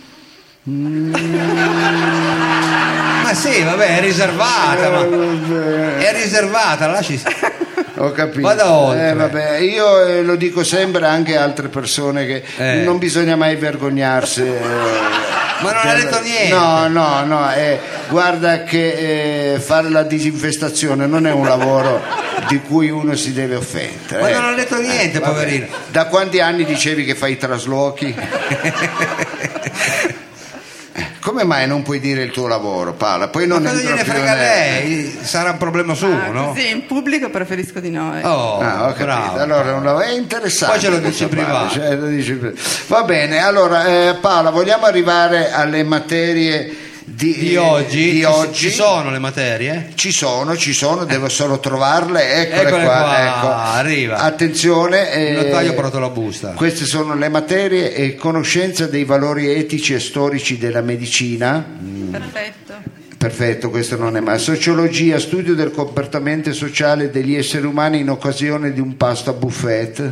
Ma sì, vabbè, è riservata. Ma... È riservata, lasci. Ho capito. Vada oltre. Eh, vabbè, io eh, lo dico sempre anche a altre persone che Eh. non bisogna mai vergognarsi. eh, Ma non ha detto niente. No, no, no, eh, guarda che eh, fare la disinfestazione non è un lavoro di cui uno si deve offendere. Ma eh. non ha detto niente, Vabbè. poverino. Da quanti anni dicevi che fai i traslochi? Eh, Come mai non puoi dire il tuo lavoro, Paola? Poi non Ma cosa entro gliene più frega nel- lei? Sarà un problema suo, Ah, no? così in pubblico preferisco di no. ecco. Oh, Ah, ho capito. bravo. Allora, un lavoro- è interessante. Poi ce lo questo dici padre, privato. cioè, lo dici pri- Va bene, allora eh, Paola, vogliamo arrivare alle materie di, Di eh, oggi, di ci- oggi? ci sono le materie? Ci sono, ci sono, devo solo trovarle, eccole, Eccole qua, qua, ecco. arriva. Attenzione, eh, Il notaio ha portato la busta. queste sono le materie e conoscenza dei valori etici e storici della medicina. Perfetto. Perfetto, questo non è male. Sociologia, studio del comportamento sociale degli esseri umani in occasione di un pasto a buffet.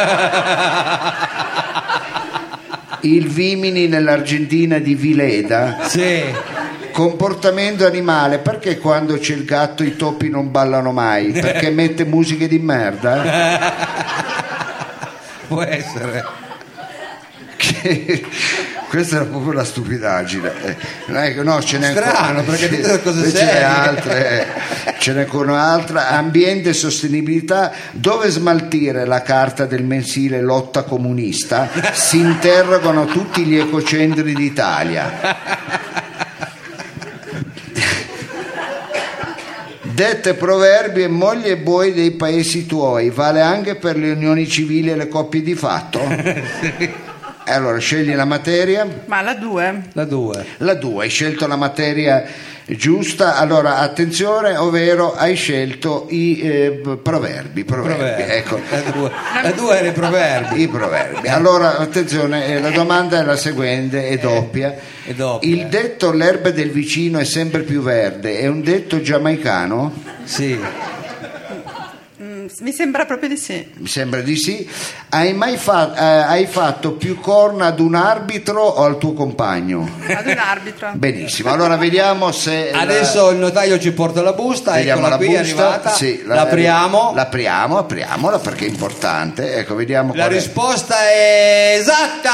Il Vimini nell'Argentina di Vileda. Sì. Comportamento animale, perché quando c'è il gatto i topi non ballano mai? Perché mette musiche di merda? Può essere. Che- Questa era proprio una stupidaggine. Eh, non è che- no, ce n'è Strano, ancora- perché tutte le cose ce n'è serie. altre, eh. Ce n'è ancora un'altra. Ambiente e sostenibilità. Dove smaltire la carta del mensile Lotta Comunista? Si interrogano tutti gli ecocentri d'Italia. Dette proverbi e mogli e buoi dei paesi tuoi, vale anche per le unioni civili e le coppie di fatto? E allora scegli la materia. Ma la due. La due. La due, hai scelto la materia giusta. Allora attenzione, ovvero hai scelto i eh, proverbi, proverbi, Proverbi. ecco. La due. La due era i proverbi. I proverbi. Allora attenzione, eh, la domanda è la seguente, è doppia. è doppia, Il eh. detto l'erba del vicino è sempre più verde è un detto giamaicano? Sì. Mm, mi sembra proprio di sì. Mi sembra di sì. Hai mai fa- eh, hai fatto più corna ad un arbitro o al tuo compagno? Ad un arbitro. Benissimo, allora vediamo se la- Adesso il notaio ci porta la busta, vediamo eccola la qui, è busta. arrivata. Sì, la- L'apriamo. L'apriamo, apriamola perché è importante. Ecco, vediamo La qual è. risposta è esatta.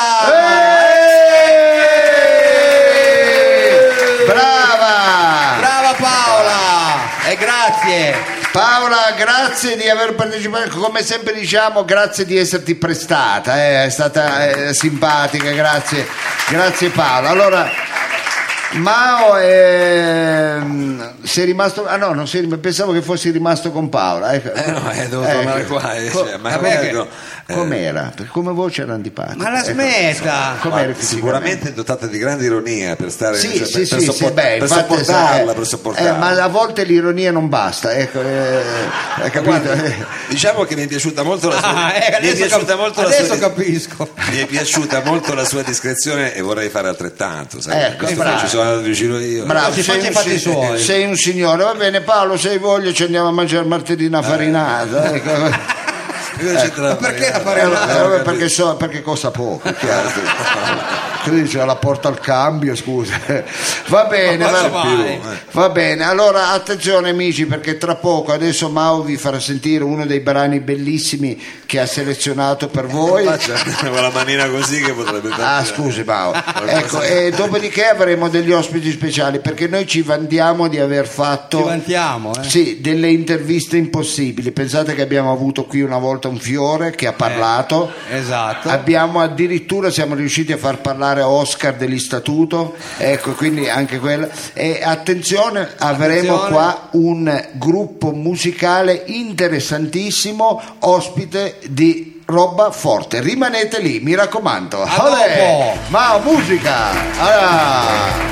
Eeeh! Brava! Brava Paola! E grazie. Paola, grazie di aver partecipato, come sempre diciamo, grazie di esserti prestata, eh, è stata eh, simpatica, grazie, grazie Paola. Allora, Mao, ehm, sei rimasto, ah no, non sei, rim- pensavo che fossi rimasto con Paola. Ecco. Eh no, eh, devo tornare qua, eh, Co- cioè, ma vabbè, non è che- che- eh, com'era? Perché come voce era antipatica. Ma la Ecco. smetta. Com'era Ma fisicamente? sicuramente dotata di grande ironia per stare Sì, cioè, sì, per, sì, per, sì, sopport- beh, per infatti, sopportarla, eh, per sopportarla. eh, ma a volte l'ironia non basta, ecco, eh, hai capito? Guarda, diciamo che mi è piaciuta molto la sua, Ah, eh, mi è adesso piaciuta cap- molto la adesso sua capisco. mi è piaciuta molto la sua discrezione e vorrei fare altrettanto, sai? Ecco, Visto bravo. che ci sono andato vicino io. Bravo, si sei faccia un, i fatti si- suoi. sei un signore, va bene Paolo, se hai voglia ci andiamo a mangiare martedì una farinata. Ecco. Io c'entravo Ma perché la magari- fare Eh, una- vabbè, vabbè, perché, so- perché costa poco, è chiaro. Così dice la porta al cambio, scusa. Va bene, Ma va, quando mai? va bene. Allora attenzione amici, perché tra poco adesso Mau vi farà sentire uno dei brani bellissimi che ha selezionato per voi. Faccia con la manina così che potrebbe Ah, scusi Mao. Ecco, e dopodiché avremo degli ospiti speciali perché noi ci vantiamo di aver fatto Ci vantiamo, eh. sì, delle interviste impossibili. Pensate che abbiamo avuto qui una volta un Fiore che ha parlato. Esatto. Abbiamo addirittura siamo riusciti a far parlare Oscar dell'Istituto, ecco, quindi anche quella. E attenzione, avremo Attenzione. qua un gruppo musicale interessantissimo, ospite di roba forte. Rimanete lì, mi raccomando. A Olè! dopo. Ma musica! Ah.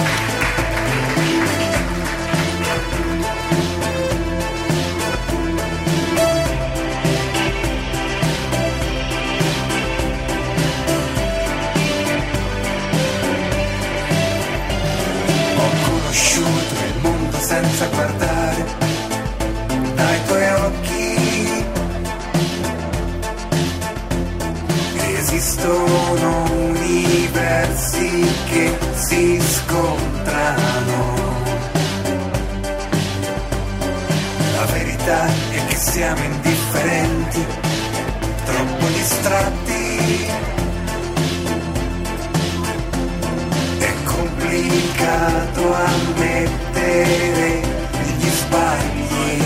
Ho conosciuto il mondo senza guardare dai tuoi occhi. Esistono universi che si scontrano. La verità è che siamo indifferenti, troppo distratti. È complicato ammettere gli sbagli.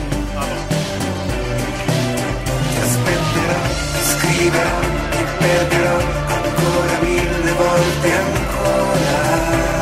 Ti aspetterò, ti scriverò, ti perderò ancora mille volte ancora.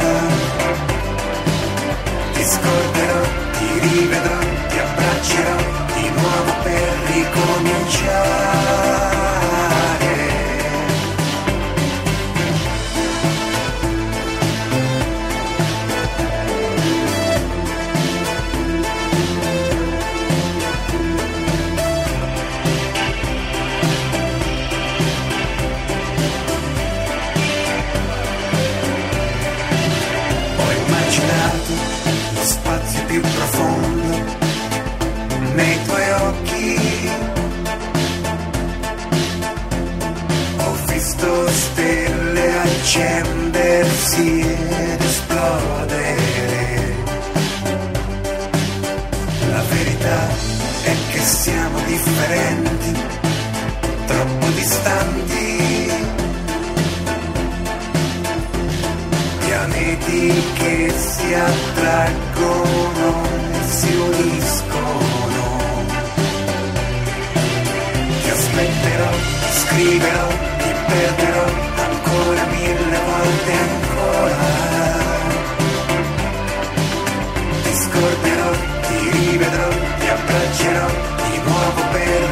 visto stelle accendersi ed esplodere. La verità è che siamo differenti, troppo distanti, pianeti che si attraggono e si uniscono. Ti aspetterò, ti scriverò, ti perderò ancora mille volte ancora. Ti scorderò, ti rivedrò, ti abbraccerò di nuovo per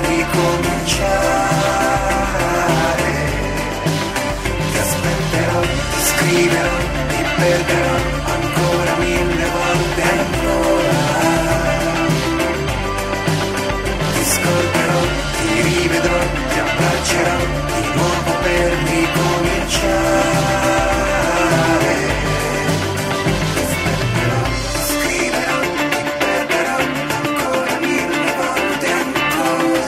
ricominciare. Ti aspetterò, ti scriverò, ti perderò ancora mille volte ancora. Ti scorderò, ti rivedrò, ti abbraccerò di nuovo per ricominciare. Ti aspetterò, ti scriverò, ti perderò ancora mille volte ancora.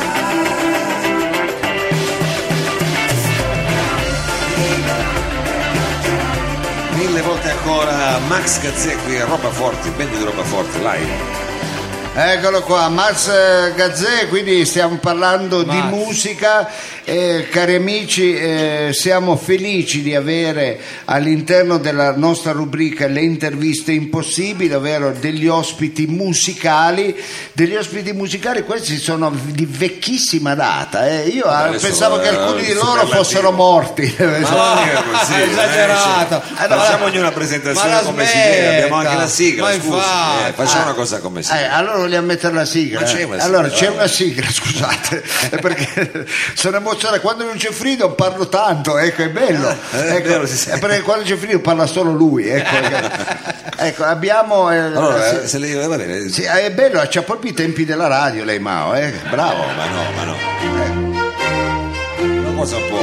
Mille volte ancora Max Gazzè qui a Roba Forte, band di Roba Forte live. Eccolo qua, Max Gazzè, quindi stiamo parlando Max. di musica, eh, cari amici, eh, siamo felici di avere all'interno della nostra rubrica le interviste impossibili, ovvero degli ospiti musicali, degli ospiti musicali, questi sono di vecchissima data, eh. Io Adesso, pensavo che eh, alcuni di loro superlativo. fossero morti. Ma non è così, è esagerato. eh, cioè, facciamogli una presentazione Ma la come si smetta. deve, abbiamo anche la sigla, Ma scusi, infatti. eh, facciamo Ah. una cosa come si Eh, deve. allora vogliamo mettere la sigla. Ma c'è eh? una sigla, allora c'è vai. una sigla, scusate, è perché sono emozionato. Quando non c'è Frido parlo tanto, ecco, è bello. Eh, è ecco, vero, si sente. è perché quando c'è Frido parla solo lui. Ecco, ecco abbiamo. eh, Allora, sì, eh, se lei va bene. sì, è bello, c'ha proprio i tempi della radio, lei Mao, eh? Bravo. No, ma no, ma no. Una cosa un po'.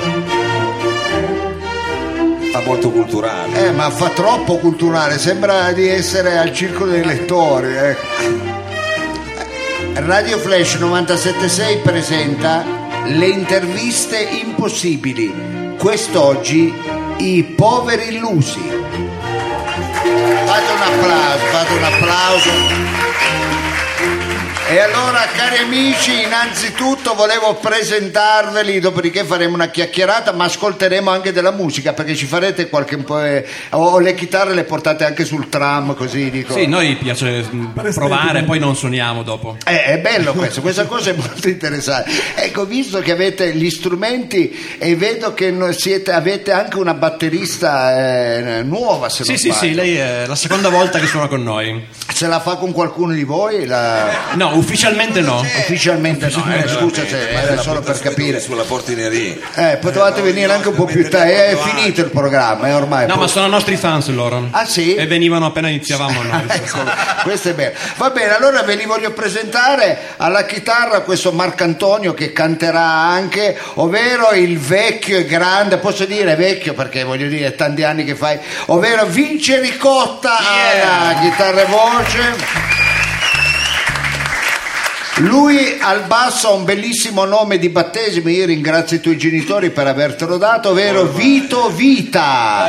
Fa molto culturale. Eh, ma fa troppo culturale, sembra di essere al circo dei lettori. Ecco. Radio Flash novantasette sei presenta le interviste impossibili. Quest'oggi i poveri illusi. Fate un applauso, fate un applauso. E allora, cari amici, innanzitutto volevo presentarveli, dopodiché faremo una chiacchierata, ma ascolteremo anche della musica, perché ci farete qualche un po'. eh, o le chitarre le portate anche sul tram, così dico. Sì, noi piace mh, provare, poi non suoniamo dopo. Eh, è bello questo, questa cosa è molto interessante. Ecco, visto che avete gli strumenti e vedo che no- siete, avete anche una batterista eh, nuova, se Sì, non sì, sbaglio. sì, lei è la seconda volta che suona con noi. Se la fa con qualcuno di voi? La... No, ufficialmente no. Ufficialmente no, eh, scusa, se Ma era la solo per porta capire. sulla portineria. Eh, potevate Eh, no, venire no, anche un po' più mentre tardi, è quando finito il programma, è ormai. No, ma sono nostri fans loro. Ah, sì? E venivano appena iniziavamo noi. Ecco, questo è bello. Va bene, allora ve li voglio presentare. Alla chitarra questo Marcantonio che canterà anche, ovvero il vecchio e grande, posso dire vecchio perché voglio dire tanti anni che fai, ovvero Vince Ricotta alla chitarra e voce. Lui al basso ha un bellissimo nome di battesimo, io ringrazio i tuoi genitori per avertelo dato, ovvero Vito Vita.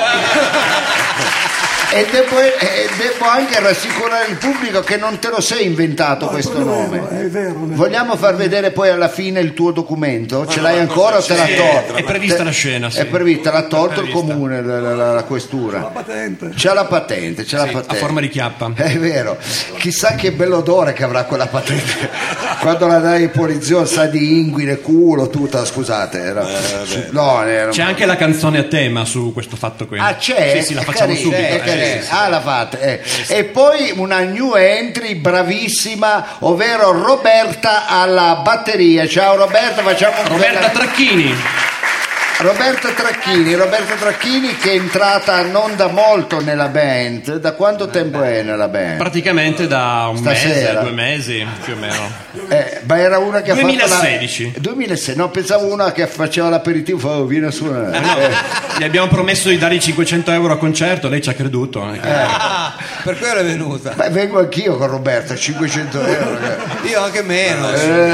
E devo, e devo anche rassicurare il pubblico che non te lo sei inventato questo nome. È vero, è vero. Vogliamo far vedere poi alla fine il tuo documento? Ce l'hai ancora o te l'ha Sì, tolto? è prevista la scena, sì. È prevista, l'ha tolto È il prevista. comune, la, la- la- la questura. La patente. C'ha la patente, c'ha la Sì, patente. a forma di chiappa. È vero, chissà che bell'odore che avrà quella patente quando la dai ai poliziotti, sa di inguine, culo, tutta, scusate. Era, vabbè. no, era- C'è anche la canzone a tema su questo fatto qui. Ah, c'è? Sì, sì, la È facciamo carino, subito. è eh, carino. sì, sì. Ah, la fate. eh. E poi una new entry bravissima, ovvero Roberta alla batteria. Ciao Roberta, facciamo un Roberta bella- Tracchini. Roberta Tracchini, Roberta Tracchini che è entrata non da molto nella band. Da quanto tempo è nella band? Praticamente da un Stasera. mese, due mesi più o meno. Eh, ma era una che ha duemilasedici. fatto la... duemilasedici. No, pensavo una che faceva l'aperitivo, oh, viene a suonare. Eh, Gli abbiamo promesso di dargli cinquecento euro a concerto, lei ci ha creduto. Eh. Ah, per quello è venuta. Beh, vengo anch'io con Roberto, cinquecento euro. Io anche meno.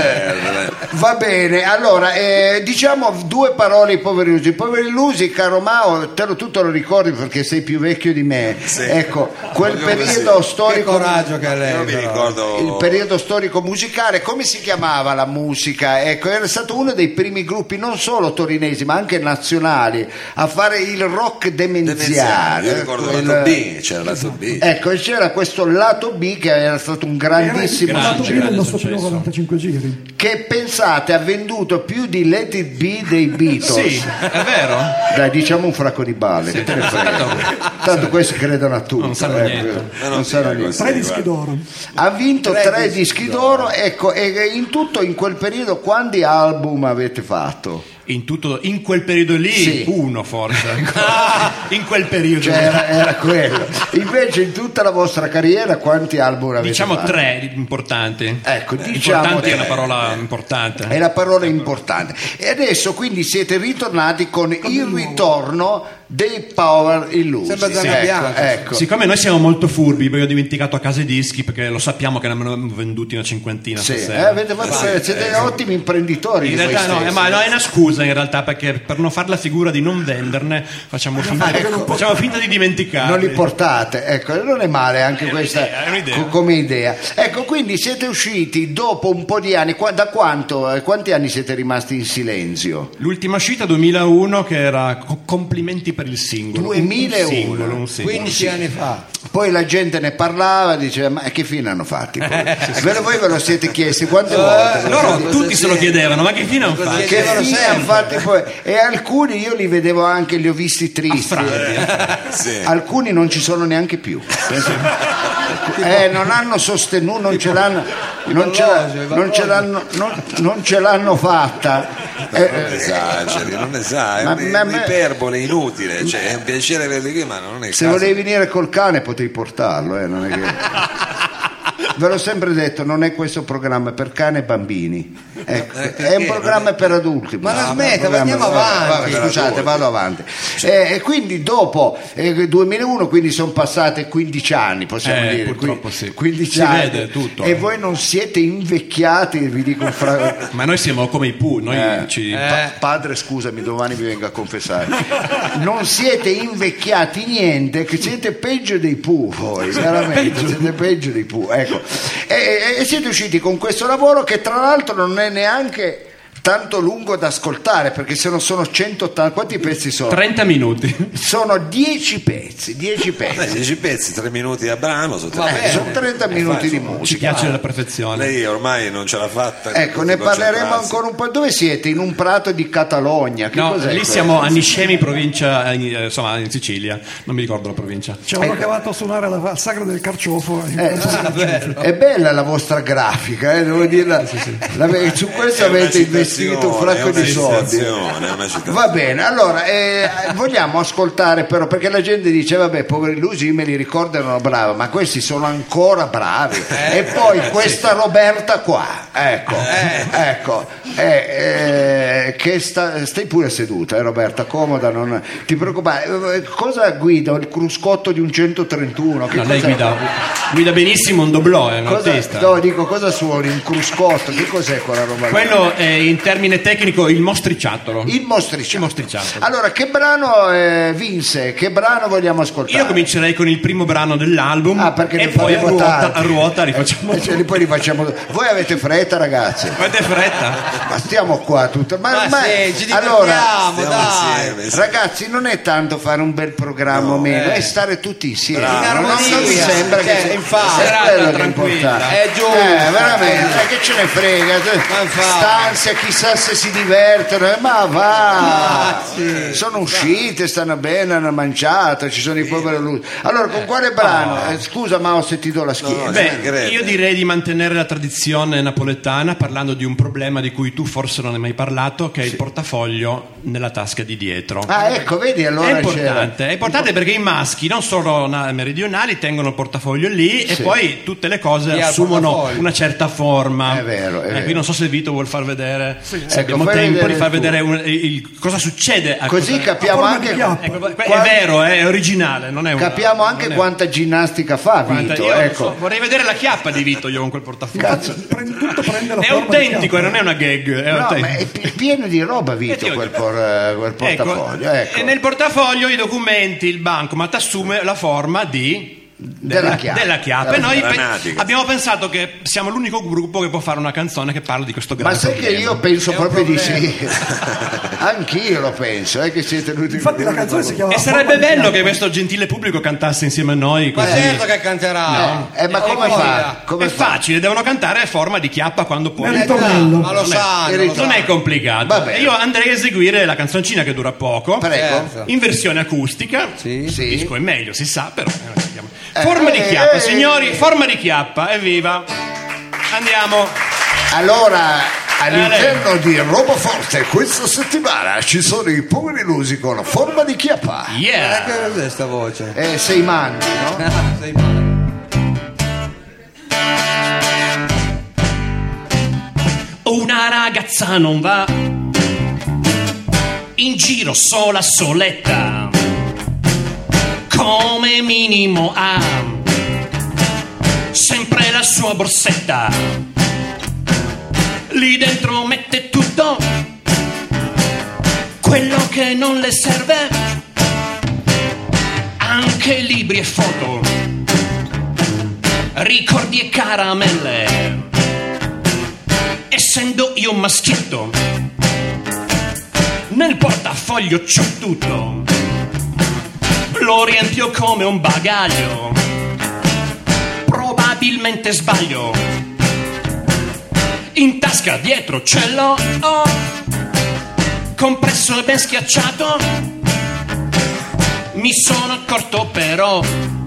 Eh, va bene, allora eh, diciamo due parole ai poveri illusi. I poveri illusi, caro Mao, te lo, tu te lo ricordi perché sei più vecchio di me. Sì. Ecco, quel Voglio periodo sì. storico. Che coraggio che lei. Io mi però. ricordo Il periodo storico musicale, come si chiamava la musica? Ecco, era stato uno dei primi gruppi, non solo torinesi, ma anche nazionali, a fare il rock demenziale. Io ricordo Quel- lato B, c'era lato B. Ecco, e c'era questo lato B che era stato un grandissimo Grande, Lato B del grande nostro primo successo. quarantacinque giri. che pensate ha venduto più di Let It Be dei Beatles. Sì, è vero. Dai, diciamo un fracco di balle, che te ne frega. Tanto questi credono a tutto. Non sanno ecco. niente. Ma Non sanno dico niente. così, Tre dischi guarda. d'oro. Ha vinto Tre tre, dischi dischi d'oro, ecco, e in tutto in quel periodo quanti album avete fatto? In, tutto, in quel periodo lì, Sì. uno forse. in quel periodo. Cioè, era, era quello. Invece in tutta la vostra carriera quanti album avete Diciamo fatto? tre importanti. Ecco, diciamo Importanti è tre. una parola importante. È la parola importante. E adesso quindi siete ritornati con il ritorno dei Power Illusi. Sembra Zanna ecco, Bianca. ecco. Siccome noi siamo molto furbi, poi ho dimenticato a casa i dischi perché lo sappiamo che ne abbiamo venduti una cinquantina Sì, eh, stasera. avete fatto- siete ottimi imprenditori. In di voi realtà no, stessi. eh, ma no, è una scusa in realtà perché per non fare la figura di non venderne facciamo finta, facciamo finta di dimenticarli. Non li portate, ecco, non è male anche questa un'idea, è un'idea. co- come idea. Ecco, quindi siete usciti dopo un po' di anni, qua- da quanto, eh, quanti anni siete rimasti in silenzio? L'ultima uscita duemilauno che era co- complimenti per il singolo. duemilauno. Un singolo, un singolo. quindici anni fa. Poi la gente ne parlava, diceva ma che fine hanno fatti? Poi? Ve lo- voi ve lo siete chiesti quante volte? Ve lo Loro siete- tutti se lo chiedevano, ma che fine hanno fatto? che chiedevano fine sempre. hanno fatti poi? E alcuni io li vedevo anche, li ho visti tristi. Sì. Alcuni non ci sono neanche più. Eh, non hanno sostenuto, non ce l'hanno, non ce l'ha- non ce l'hanno, non- non ce l'hanno fatta. Eh, Non esageri, non esageri, Ma- è ma- ma- un'iperbole inutile, cioè, è un piacere averli qui, ma non è il se caso. volevi venire col cane potevi portarlo, eh, non è che... Ve l'ho sempre detto, non è questo programma per cane e bambini. Ecco, Eh, è un perché? programma per adulti. Ma la no, smetta, un programma- andiamo vabbè, avanti. vabbè, scusate, vado avanti. Eh, e quindi dopo eh, duemilauno, quindi sono passate quindici anni, possiamo Eh, dire. purtroppo qui- sì. quindici Si anni. vede tutto. E voi non siete invecchiati, vi dico fra... Ma noi siamo come i Pooh, noi Eh, ci... pa- padre, scusami, domani vi vengo a confessare. Non siete invecchiati niente, che siete peggio dei Pooh voi, veramente, siete peggio dei Pooh. Ecco. E, e- e siete usciti con questo lavoro che tra l'altro non è neanche tanto lungo da ascoltare, perché se non sono centottanta, quanti pezzi sono? trenta minuti. Sono dieci pezzi, dieci Eh, pezzi. dieci pezzi, tre minuti a brano, sono Eh, tre- sono trenta minuti di Ci musica. piace alla perfezione. Lei ormai non ce l'ha fatta. Ecco, tutti ne parleremo concentrarsi. ancora un po'. Dove siete? In un prato di Catalogna? Che No, cos'è lì questo? siamo a Niscemi, provincia, in, eh, insomma, in Sicilia. Non mi ricordo la provincia. Ci avevano cavato a suonare la al Sagra del Carciofo. Eh, è bella la vostra grafica, eh, devo dirla. La- su questo È una avete investito un citazione, fracco è di una soldi. citazione, è una citazione. Va bene, allora eh, vogliamo ascoltare però, perché la gente dice vabbè, poveri illusi me li ricordano bravi, ma questi sono ancora bravi. E poi questa Roberta qua, ecco, ecco, eh, eh, che sta, stai pure seduta, eh, Roberta, comoda, non ti preoccupare. Eh, Cosa guida il cruscotto di un centotrentuno? Che No, lei cos'è? guida, guida benissimo un doblò, è un Cosa, artista. no, dico, cosa suoni? Un cruscotto? Che cos'è quella roba? là? Quello è in termine tecnico il mostriciattolo. Il mostriciattolo. Il mostriciattolo. Allora, che brano eh, vinse? Che brano vogliamo ascoltare? Io comincerei con il primo brano dell'album Ah, perché e ne poi a faremo ruota, tanti. a ruota rifacciamo. E cioè, poi li facciamo. Voi avete fretta, ragazzi? Avete fretta? Ma stiamo qua tutto. Ma, Ma ma- sì, ci allora, divertiamo, Stiamo dai. insieme, sì. ragazzi, non è tanto fare un bel programma o meno, eh. è stare tutti insieme. Bravo. Non, non- non mi armonia, sembra cioè, che infatti. è quello che è Tranquilla. importante. È giusto. Eh, veramente, eh, che ce ne frega? infatti. Stanzia, chissà se si divertono, eh, ma va. Sono uscite, stanno bene, hanno mangiato, ci sono i poveri luci. Allora, con quale brano? Eh, scusa, Mao, se ti do la schiena. No, Beh, mancherebbe. io direi di mantenere la tradizione napoletana parlando di un problema di cui tu forse non hai mai parlato, che è il portafoglio nella tasca di dietro. Ah, ecco, vedi, allora È c'era. importante, è importante perché i maschi, non solo na- meridionali, tengono il portafoglio lì e Sì. poi tutte le cose Chi ha il assumono portafoglio? una certa forma. È vero, è Eh, vero. qui non so se Vito vuol far vedere vedere, se Ecco, abbiamo fai tempo, vedere di far il tuo. vedere un- il, il- cosa succede a Così cosa- capiamo forma anche di chiappa. Ecco, que- è quant- vero, è originale, non è una- capiamo anche non è- quanta ginnastica fa quanta- Vito, io non ecco. so, vorrei vedere la chiappa di Vito io con quel portafoglio. Cazzo. Prende- tutto prende la È forma di autentico chiappa. e non è una gag, è No, ma autentico. è pi- pieno di roba Vito Eh, quel, por- eh, quel portafoglio, ecco. E nel portafoglio i documenti, il bancomat assume la forma di Della chiappa. della chiappa. E noi pe- Grammatica. abbiamo pensato che siamo l'unico gruppo che può fare una canzone che parla di questo Ma grande sai che problema. io penso È un proprio di problema. sì. Anch'io lo penso, è che siete venuti Infatti la canzone si chiama E Forma sarebbe di bello chiappa. che questo gentile pubblico cantasse insieme a noi Ma così. certo che canterà. No. Eh, ma E come poi- fa? Come È fa? facile, devono cantare a forma di chiappa quando poi. Nel Eh, ritornello. ma lo Non è- sanno, il lo Non sanno. è complicato. Va bene. E io andrei a eseguire la canzoncina che dura poco. Prego. Certo. In versione acustica. Sì. Sì. Il disco è meglio, si sa, però. eh, andiamo. Eh, Forma di eh, chiappa, eh, signori, eh. forma di chiappa, evviva. Andiamo. Allora, all'interno di Roba Forte questa settimana ci sono i poveri illusi con forma di chiappa. Ma Yeah. che cos'è sta voce? Eh, sei manti, no? Ah, sei male. Una ragazza non va in giro sola soletta, come minimo ha sempre la sua borsetta, lì dentro mette tutto quello che non le serve, anche libri e foto, ricordi e caramelle. Essendo io un maschietto, nel portafoglio c'ho tutto, lo riempio come un bagaglio, probabilmente sbaglio, in tasca dietro ce l'ho, oh, compresso e ben schiacciato, mi sono accorto però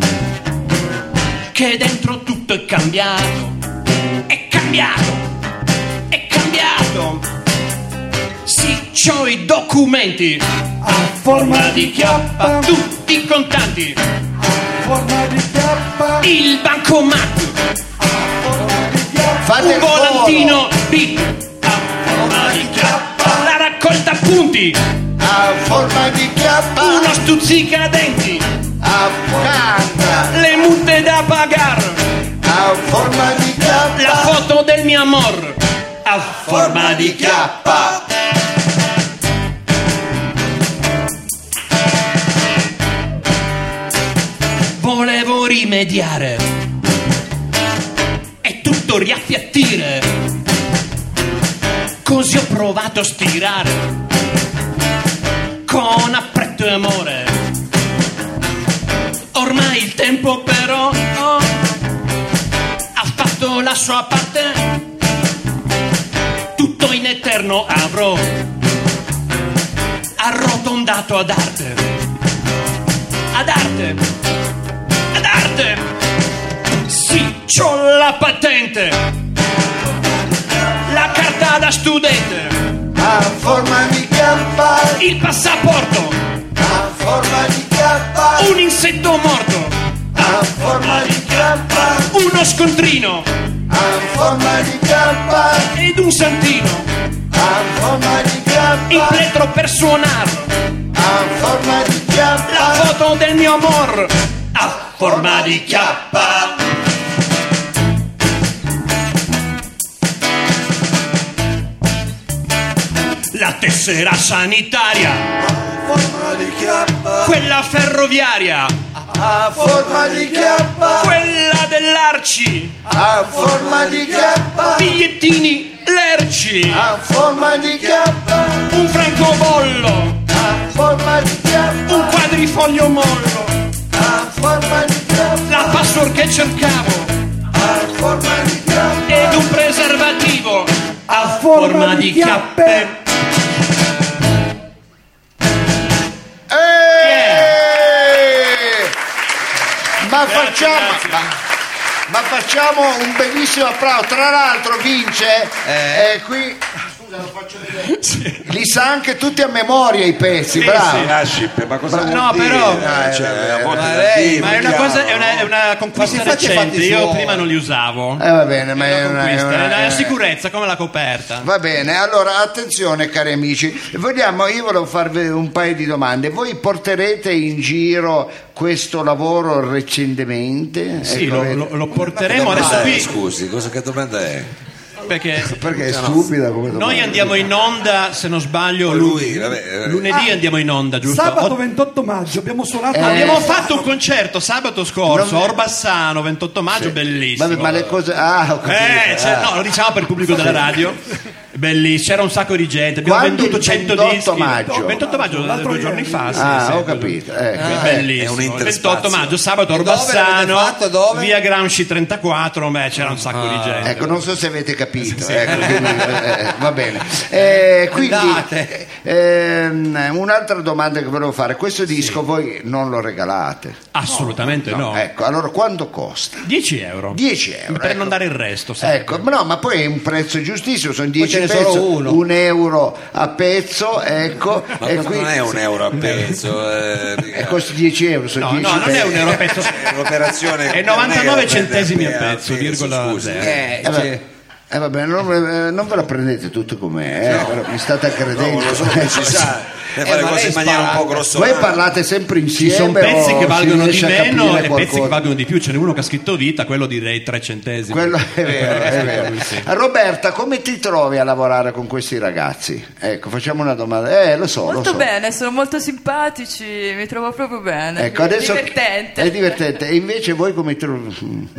che dentro tutto è cambiato, è cambiato. È cambiato. Sì, c'ho i documenti A forma di chiappa, tutti i contanti, forma di chiappa, il bancomat, Fate un il coro. volantino bip a forma di chiappa, la raccolta punti, A forma di chiappa, uno stuzzicadenti, a canta, le multe da pagar, a forma di chiappa, la foto del mio amor a forma di chiappa. Volevo rimediare e tutto riappiattire, così ho provato a stirare con affretto e amore. Ormai il tempo però oh, ha fatto la sua parte, tutto in eterno avrò arrotondato ad arte, ad arte, ad arte. Sì, c'ho la patente, la carta da studente, a forma di chiappa, il passaporto, a forma di chiappa, un insetto morto, a forma di chiappa, uno scontrino a forma di chiappa, ed un santino, a forma di il chiappa, plettro per suonarlo, a forma di la chiappa, foto del mio amor a forma di chiappa. La tessera sanitaria, forma di chiappa, quella ferroviaria, a forma di chiappa, quella dell'Arci, a forma di chiappa, bigliettini lerci, a forma di chiappa, un francobollo, a forma di chiappa, un quadrifoglio mollo, a forma di chiappa, la password che cercavo a forma di chiappa, ed un preservativo a forma di chiappe. Eh! Ma Grazie, facciamo, grazie. ma, ma facciamo un bellissimo applauso. Tra l'altro vince Eh. eh, qui scusa, lo faccio vedere. Li sa anche tutti a memoria i pezzi, bravo. Ah, Scippe, ma cosa vuol No, dire? però- Eh, cioè, eh, a volte ma da lei- Dio, Ma è una, chiaro. cosa, è una, è una conquista Ma si faccia i recente, fatti io suoi. prima non li usavo. Eh, va bene, ma È è una una, conquista, è una- è la è- sicurezza come la coperta. Va bene, allora attenzione cari amici, vogliamo, io volevo farvi un paio di domande. Voi porterete in giro questo lavoro recentemente? Sì, Ecco, lo, vedi. lo- lo porteremo Che adesso domanda è, qui scusi, cosa che domanda è? perché Perché è stupida come domanda. noi andiamo in onda, se non sbaglio, Lui, lu- vabbè, eh. lunedì andiamo in onda, giusto? Sabato O- ventotto maggio abbiamo suonato Eh, Abbiamo fatto un concerto sabato scorso Non- a Orbassano, ventotto maggio, bellissimo. Vabbè, ma le cose... Ah, ho capito. Eh, cioè, ah. no, lo diciamo per il pubblico della radio. Bellissimo, c'era un sacco di gente. Abbiamo Quando venduto il cento ventotto dischi. maggio? ventotto maggio, L'altro due giorni ieri. fa. Sì, Ah, sì, ho capito. Ecco. È Eh, bellissimo. è un Il interspazio. ventotto maggio, sabato a E dove Orbassano, l'avete fatto? Dove? via Gramsci trentaquattro. Beh, c'era un sacco di gente. Ecco, non so se avete capito, ecco, quindi, eh, eh, va bene. Eh, quindi, Andate. ehm, un'altra domanda che volevo fare: questo disco voi non lo regalate? Assolutamente no. Ecco, allora quanto costa? dieci euro. dieci euro. Per ecco. non dare il resto. sempre. Ecco, ma no, ma poi è un prezzo giustissimo, sono dieci ce n'è pezzi, solo uno. un euro a pezzo, ecco, Ma e questo qui non è un euro a pezzo, eh, e costa dieci euro, sono No, dieci no, non è un euro a pezzo. è un'operazione È non novantanove che lo centesimi a prende pezzo, virgola scusi. zero. Eh, Eh, cioè, vabbè, eh, vabbè, non, eh, non ve la prendete tutto com'è, eh, però mi state No, aggredendo. lo so che ci sa, deve fare Eh, ma cose lei in maniera un spara. po' Voi grossolana. parlate sempre Ci insieme. sono pezzi o che si valgono di riesce a meno capire e pezzi qualcosa? che valgono di più. Ce n'è uno che ha scritto vita, quello direi tre centesimi. Quello è vero, è vero. Lui sì. Roberta, come ti trovi a lavorare con questi ragazzi? Ecco, facciamo una domanda. Eh, lo so, lo Molto so. bene, sono molto simpatici, mi trovo proprio bene. Ecco, adesso Divertente. è divertente. E invece voi come trovi?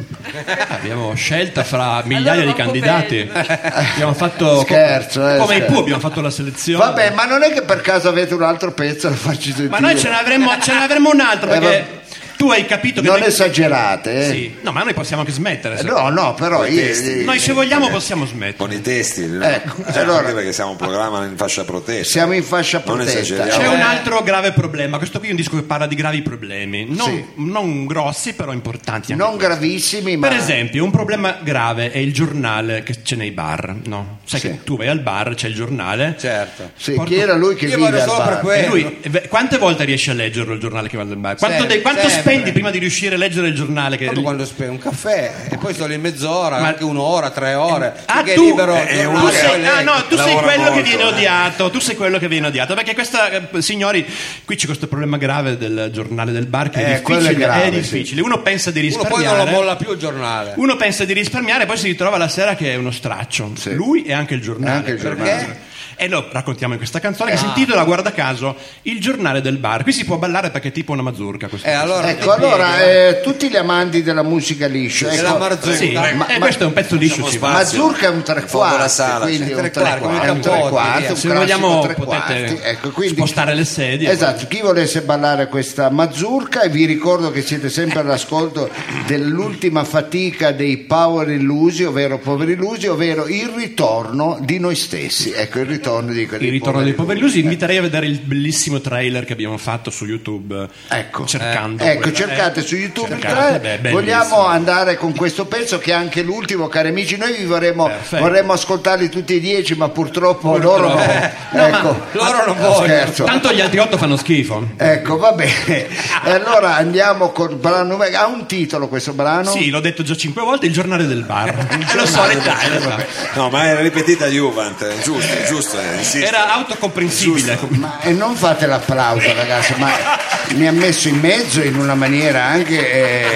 Abbiamo scelta fra migliaia Allora, di candidati. Abbiamo fatto Scherzo, eh, come i scherzo. Pooh, abbiamo fatto la selezione. Vabbè, ma non è che per caso avete un altro pezzo da farci sentire? Ma noi ce ne avremmo, ce ne avremmo un altro Eh, perché tu hai capito che Non noi- esagerate, eh? Sì. No, ma noi possiamo anche smettere. se- No, no, però io, testi. Noi se vogliamo possiamo smettere. Con i testi, no? Ecco, Cioè, allora- anche perché siamo un programma in fascia protesta. siamo in fascia Non protetta. esageriamo. C'è Eh, un altro grave problema. Questo qui è un disco che parla di gravi problemi, non, Sì. non grossi, però importanti. Anche non questi. gravissimi, ma Per esempio, un problema grave è il giornale che c'è nei bar, no? Sai Sì. che tu vai al bar, c'è il giornale. certo. sì, porto- chi era lui che Io vive vado al solo per bar? quello. E lui, eh, beh, quante volte riesci a leggerlo il giornale che va al bar? Quanto, Sempre, de- quanto sempre. spendi prima di riuscire a leggere il giornale? Che Proprio quando spe- un caffè e poi sto lì mezz'ora, Ma- anche un'ora, tre ore. Ah, perché tu, è libero. eh, è il uno tu giornale, che- sei, lei- ah, no, tu sei lavora quello che molto, viene eh. odiato, tu sei quello che viene odiato, perché questa, eh, signori, qui c'è questo problema grave del giornale del bar che Eh, è quello è difficile, grave, è difficile. Uno pensa di Uno poi risparmiare. non lo molla più il giornale. Uno pensa di risparmiare, poi si ritrova la sera che è uno straccio. Sì. Lui e anche il giornale. Anche il giornale. Perché? E lo raccontiamo in questa canzone che si intitola, guarda caso, Il giornale del bar. Qui si può ballare perché è tipo una mazurka. questo. Eh, allora, Ecco, ti allora, spiego, eh, tutti gli amanti della musica liscia, della ecco, Marzulka. Sì, Ma- e ma- questo è un pezzo liscio. Facciamo ci va. spazio. Mazurka è un tre In fondo alla quarti, sala, quindi sì, è un tre tre quarti, come quarti, è un tre Capote, quarti, via. un Se classico vogliamo tre potete quarti. Ecco, quindi- spostare le sedie. Esatto, chi volesse ballare questa mazurka, e vi ricordo che siete sempre all'ascolto dell'ultima fatica dei Power Illusi, ovvero Poveri Illusi, ovvero il ritorno di noi stessi. Ecco, il ritorno di Il ritorno dei poveri illusi. Inviterei a vedere il bellissimo trailer che abbiamo fatto su YouTube. Ecco, cercando. ecco, quella- cercate eh, su YouTube il cercate, trailer. beh, Vogliamo bellissimo. andare con questo pezzo che è anche l'ultimo, cari amici. Noi vi vorremmo, Perfetto. vorremmo ascoltarli tutti e dieci, ma purtroppo, loro no. Eh, no, ecco, ma loro non no, vogliono. scherzo. Tanto gli altri otto fanno schifo. Ecco, va bene. E allora andiamo con il brano. Ha un titolo questo brano? Sì, l'ho detto già cinque volte, il giornale del bar. Lo so, le taglie. No, ma era ripetita Juvent, è giusto, è giusto, eh, insisto. Era autocomprensibile. Ma e non fate l'applauso, ragazzi, ma mi ha messo in mezzo in una maniera anche.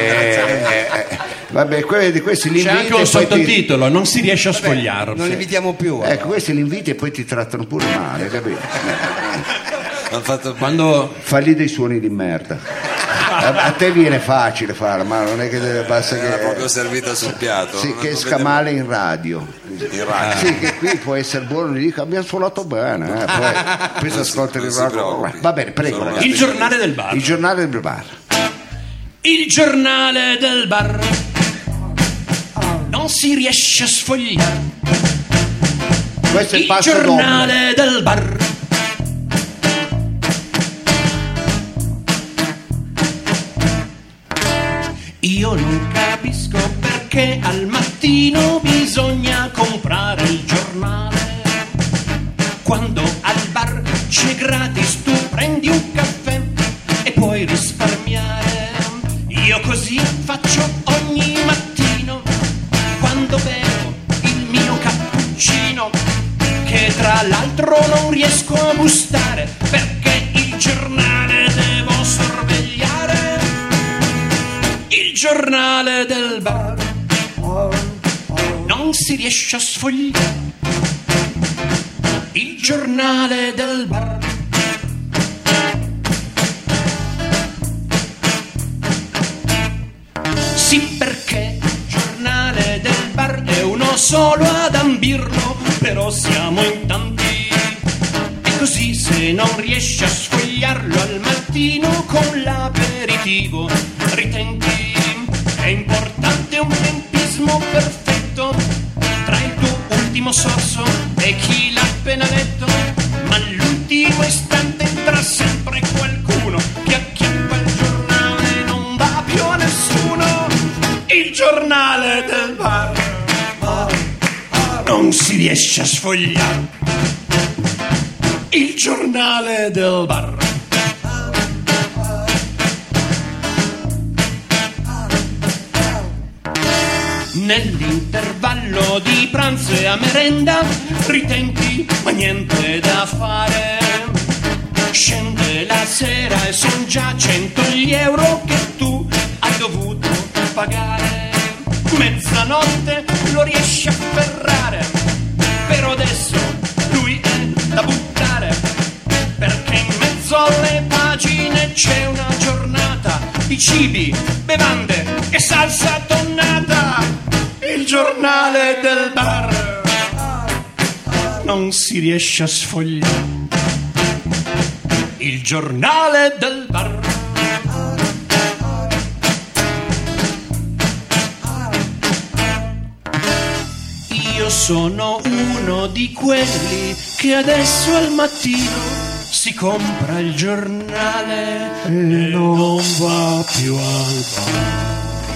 eh, eh, vabbè, que- di questi li C'è inviti anche un e poi ti- sottotitolo, non si riesce a sfogliarlo. Non li invitiamo più. Ecco, questi li inviti e poi ti trattano pure male, capito? Hanno fatto Quando Falli dei suoni di merda. A, a te viene facile farla, ma non è che deve- basta era proprio che. servita sul piatto. Sì, non- che non esca vedevo- male in radio. in radio. Sì, che qui può essere buono, gli dico abbiamo suonato bene, eh, poi, poi si ascolta non il si radio. preoccupi. Va bene, prego, Sono ragazzi. il giornale del bar. Il giornale del bar. Il giornale del bar non si riesce a sfogliare. Questo è il Il passo dopo. giornale del bar. Io non capisco perché al mattino bisogna comprare il giornale. Quando al bar c'è gratis tu prendi un caffè e puoi risparmiare. Io così faccio ogni mattino quando bevo il mio cappuccino, che tra l'altro non riesco a gustare perché il giornale devo sorvegliare. Il giornale del bar non si riesce a sfogliare. Il giornale del bar. Sì, perché il giornale del bar è uno solo ad ambirlo, però siamo in tanti. E così se non riesci a sfogliarlo al mattino con l'aperitivo, ritenti. È importante un tempismo perfetto tra il tuo ultimo sorso e chi l'ha appena letto, ma all'ultimo istante entra sempre qualcuno che acchiappa il giornale e non dà più a nessuno. Il giornale del bar non si riesce a sfogliare. Il giornale del bar. Nell'intervallo di pranzo e a merenda ritenti, ma niente da fare. Scende la sera e son già cento gli euro che tu hai dovuto pagare. Mezzanotte lo riesci a afferrare, però adesso lui è da buttare, perché in mezzo alle pagine c'è una giornata di cibi, bevande e salsa tonnata. Il giornale del bar non si riesce a sfogliare. Il giornale del bar. Io sono uno di quelli che adesso al mattino si compra il giornale e non va più al bar.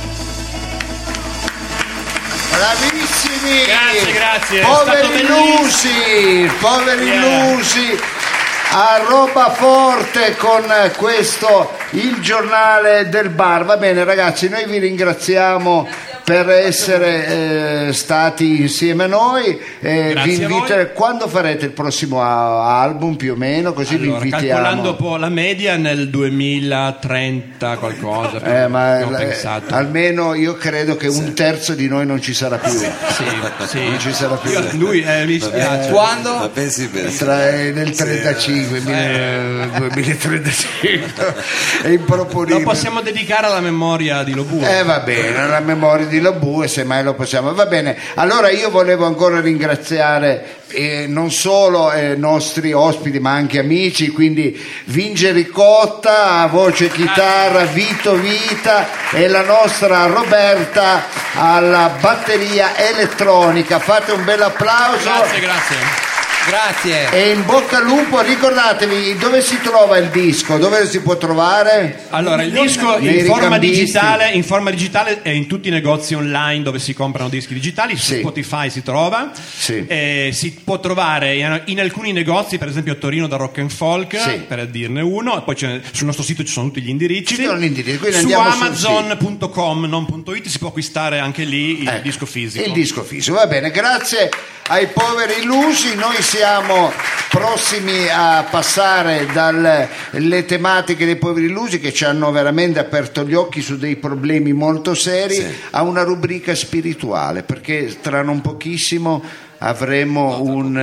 Bravissimi! Grazie, grazie. Poveri illusi, poveri Yeah. illusi. A roba forte con questo il giornale del bar. Va bene ragazzi, noi vi ringraziamo per essere eh, stati insieme a noi. Eh, Grazie vi a invito- voi. quando farete il prossimo a- album più o meno? Così Allora, vi invitiamo. calcolando un po' la media nel duemilatrenta qualcosa, Eh, ma abbiamo eh, pensato. almeno io credo che un terzo di noi non ci sarà più. Sì, sì. Non ci sarà più. Io- lui eh, mi dispiace. Quando? Ma pensi bene. Tra, eh, nel trentacinque, mille- duemilatrentacinque è improponibile. Lo possiamo dedicare alla memoria di Lobue. Eh va bene, la memoria di Lobue, semmai lo possiamo. Va bene, allora io volevo ancora ringraziare eh, non solo i eh, nostri ospiti ma anche amici, quindi Vince Ricotta a voce chitarra, Vito Vita e la nostra Roberta alla batteria elettronica. Fate un bel applauso. Grazie, grazie. Grazie. E in bocca al lupo, ricordatevi dove si trova il disco, dove si può trovare? Allora, il disco Nei in forma, ricambisti. digitale, in forma digitale è in tutti i negozi online dove si comprano dischi digitali, su Sì. Spotify si trova, Sì. Eh, si può trovare in, in alcuni negozi, per esempio a Torino da Rock and Folk, Sì. per dirne uno, e poi c'è- sul nostro sito ci sono tutti gli indirizzi. Ci sono gli indirizzi, quindi su andiamo sul amazon punto com, non punto it, si può acquistare anche lì il Ecco, disco fisico. Il disco fisico, va bene, grazie ai poveri illusi. Noi siamo prossimi a passare dalle tematiche dei poveri illusi, che ci hanno veramente aperto gli occhi su dei problemi molto seri, Sì. a una rubrica spirituale, perché tra non pochissimo avremo un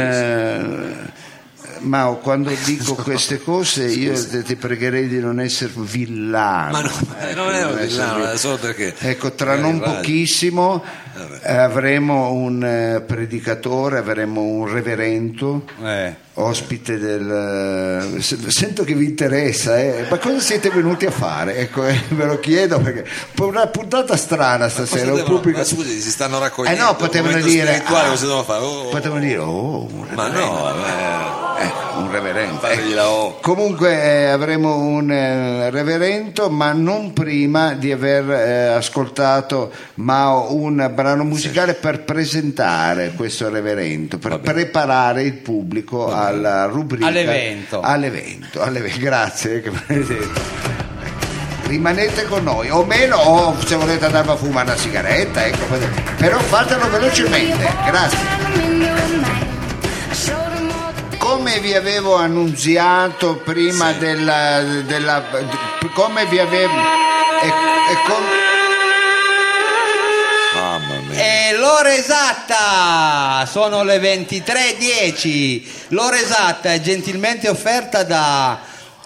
eh, Mao, quando dico queste cose io te- ti pregherei di non essere villano. Ma no, eh, non è un villano, è solo perché. Ecco, tra eh, non in radio. pochissimo eh, avremo un eh, predicatore, avremo un reverendo Eh. ospite del... se- Sento che vi interessa, eh. Ma cosa siete venuti a fare? Ecco, eh, ve lo chiedo perché un po' una puntata strana Cosa stasera. un devono- pubblico- ma scusi, si stanno raccogliendo. Eh no, un potevano momento dire... spirituale, ah, cosa devono fare? Oh, potevano dire, oh, un ma reverendo. no, eh, Ecco, un reverendo. Fagli la O. Comunque eh, avremo un eh, reverendo, ma non prima di aver eh, ascoltato Mao un brano musicale per presentare questo reverendo, per preparare il pubblico alla rubrica All'evento. all'evento, all'evento. Grazie che me l'avete detto. Rimanete con noi, o meno, o se volete andare a fumare una sigaretta, ecco, però fatelo velocemente. Grazie. Come vi avevo annunziato prima Sì. della, della come vi avevo e, e com- Mamma mia. E l'ora esatta sono le ventitré e dieci. L'ora esatta è gentilmente offerta da.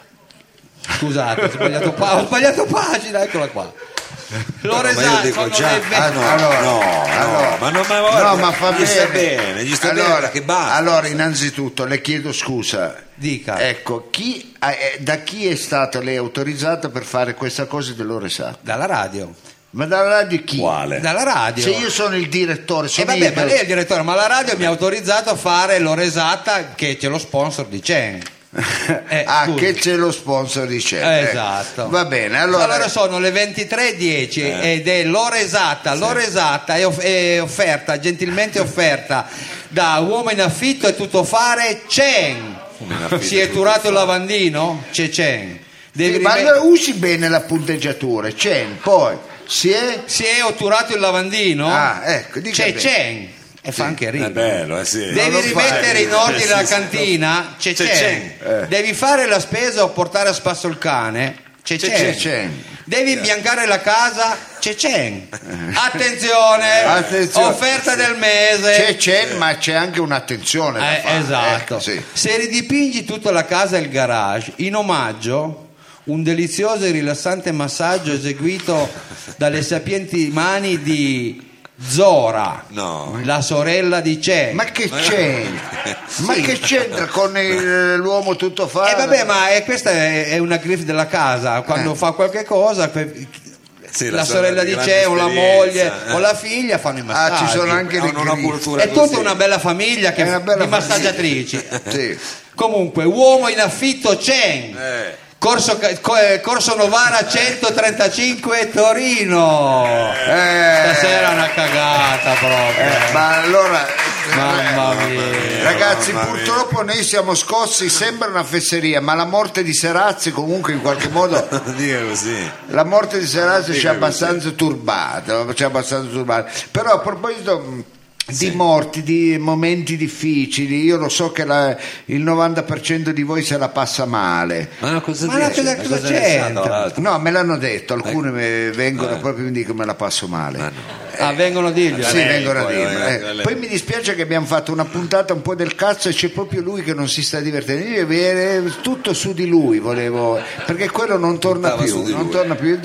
Scusate, ho sbagliato, pa- ho sbagliato pagina, eccola qua. L'ora Ma io esatta dico sono già, le venti. ah no, Allora, no, allora. no, ma non ma guarda, no, ma fa gli bene. sta bene, gli sta allora, bene che basta. allora, innanzitutto le chiedo scusa. Dica. Ecco, chi, eh, da chi è stata lei autorizzata per fare questa cosa dell'ora esatta? Dalla radio. Ma dalla radio chi? Quale? Dalla radio. Se io sono il direttore, E sono vabbè, io ma che- lei è il direttore, ma la radio mi ha autorizzato a fare l'ora esatta, che c'è lo sponsor di Chen. Eh, ah, scusi. che c'è lo sponsor di Chen. Eh, Ecco. esatto. Va bene, allora, Allora sono le ventitré e dieci ed è l'ora esatta. L'ora esatta è, off- è offerta, gentilmente offerta da uomo in affitto e tutto fare Chen. Si è turato il lavandino? C'è Chen. Devi sì, ma rimet- allora usi bene la punteggiatura. Chen, poi si è Si è otturato il lavandino? Ah, ecco, dica C'è bene. Chen. E fa anche È rima. bello, eh sì. Devi lo rimettere fai. in ordine Eh, la sì, sì, cantina? C'è C'è Chen. Chen. Eh. Devi fare la spesa o portare a spasso il cane? C'è C'è Chen. Chen. Devi imbiancare la casa? C'è Chen. Attenzione! Attenzione. Offerta del mese. c'è Chen, ma c'è anche un'attenzione da Eh, fare. esatto. Ecco, sì. Se ridipingi tutta la casa e il garage, in omaggio un delizioso e rilassante massaggio eseguito dalle sapienti mani di Zora, No. la sorella di Chen. Ma che c'è? Ma che c'entra con il- l'uomo tutto E fare? Eh, vabbè, ma è- questa è, è una griffe della casa, quando Eh. fa qualche cosa, que- Sì, la, sorella di grande Chen o la esperienza, moglie eh. o la figlia fanno i massaggi. Ah, ci sono anche le Hanno una griffe. cultura È così. tutta una bella famiglia che È una bella di massaggiatrici. Sì. Comunque, uomo in affitto Chen. Eh. Corso, co- eh, Corso Novara centotrentacinque Torino. Eh, Stasera è una cagata proprio. eh, ma allora Mamma mia. ragazzi, Mamma mia. purtroppo noi siamo scossi, sembra una fesseria, ma la morte di Serazzi comunque in qualche modo Dica così. la morte di Serazzi ci Dica ha abbastanza turbato, ci ha abbastanza turbato. Però a proposito mh, di Sì. morti, di momenti difficili, io lo so che la- il novanta per cento di voi se la passa male. Ma no, cosa Ma no, dice? cosa- Ma cosa cosa ne sa, c'entra? tra l'altro? No, me l'hanno detto, alcune me- vengono Eh. proprio e mi dicono me la passo male. Ah, vengono a dirgli. Sì, lei, vengono a poi, dirmelo, eh, eh. lei. Poi mi dispiace che abbiamo fatto una puntata un po' del cazzo e c'è proprio lui che non si sta divertendo. Io eh, tutto su di lui volevo, perché quello non torna Puntava su più, di non lui. torna più.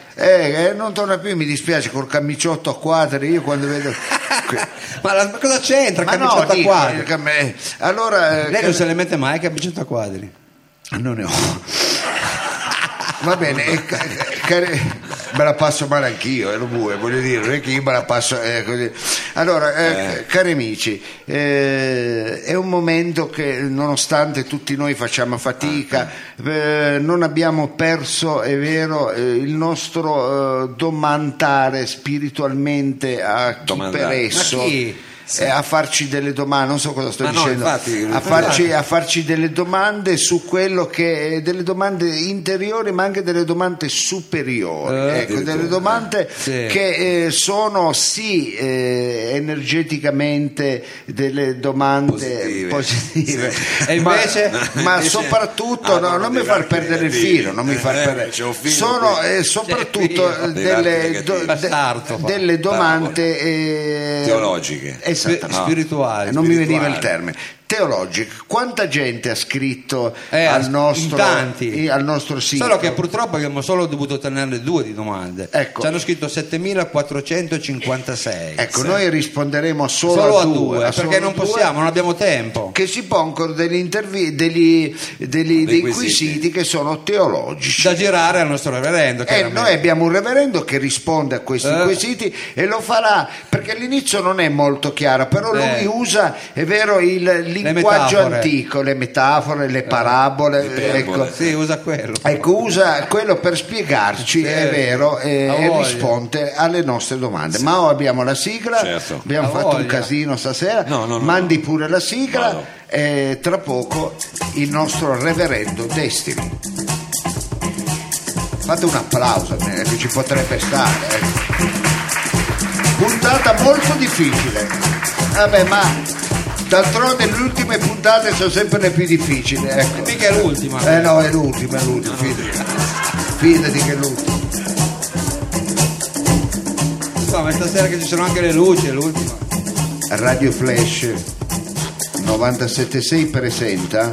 Eh, eh, non torna più, mi dispiace col camiciotto a quadri, io quando vedo Ma la- ma cosa c'entra? ma Camiciotto no, a dico, quadri. il cam- eh, allora eh, Lei che- non se le mette mai camiciotto a quadri. non ne ho. Va bene, eh, ca- care- me la passo male anch'io, eh, lo vuoi, voglio dire, non è che io me la passo eh, così. Allora, eh, cari amici, eh, è un momento che nonostante tutti noi facciamo fatica, eh, non abbiamo perso, è vero, eh, il nostro eh, domandare spiritualmente a chi Domandare. per esso. Ma chi? eh, a farci delle domande, non so cosa sto Ma no, dicendo, infatti, a, farci, a farci delle domande su quello che delle domande interiori ma anche delle domande superiori, Eh, ecco, addirittura. delle domande Sì. che eh, sono sì eh, energeticamente delle domande Positive. positive, E invece? ma, ma Invece- soprattutto Ah, no, no, non mi devi far anche perdere il dire. filo, non mi far Eh, perdere. c'è un filo Sono qui. eh, soprattutto C'è il filo. delle, Dei lati do- negativi. de- Bastardo, fa. delle domande eh, Teologiche. esattamente. Spirituali. Non mi veniva il spirituali. termine. Teologic, quanta gente ha scritto Eh, al, in nostro, tanti. i- al nostro sito? Solo che purtroppo abbiamo solo dovuto tenerne due di domande. Ecco. Ci hanno scritto settemilaquattrocentocinquantasei. Ecco, noi risponderemo solo, Solo a a due, due, a solo perché non due, possiamo, non abbiamo tempo. che si pongono degli, intervi- degli, degli- dei quesiti. quesiti che sono teologici. Da girare al nostro reverendo. E chiaramente. noi abbiamo un reverendo che risponde a questi Eh. quesiti e lo farà perché all'inizio non è molto chiaro, però Eh. lui usa, è vero, il linguaggio metafore. antico, le metafore, le parabole, iperbole. ecco. Sì, usa quello. Ecco, usa quello per spiegarci, è vero, e, Ha e voglia. risponde alle nostre domande. Ma ora abbiamo la sigla, Certo. abbiamo Ha fatto un voglia. casino stasera, No, no, no, mandi no. pure la sigla Vado. e tra poco il nostro reverendo Destiny. Fate un applauso eh, che ci potrebbe stare. ecco. Puntata molto difficile. Vabbè, ma d'altronde le ultime puntate sono sempre le più difficili. Ecco. Mica è l'ultima. Eh no, è l'ultima, è l'ultima, fidati. Fidati che è l'ultima. No, ma stasera che ci sono anche le luci, è l'ultima. Radio Flash novantasette sei presenta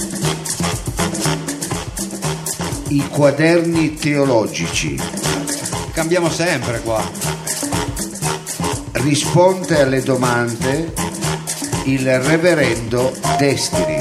i quaderni teologici. Cambiamo sempre qua. Risponde alle domande il reverendo Destiny.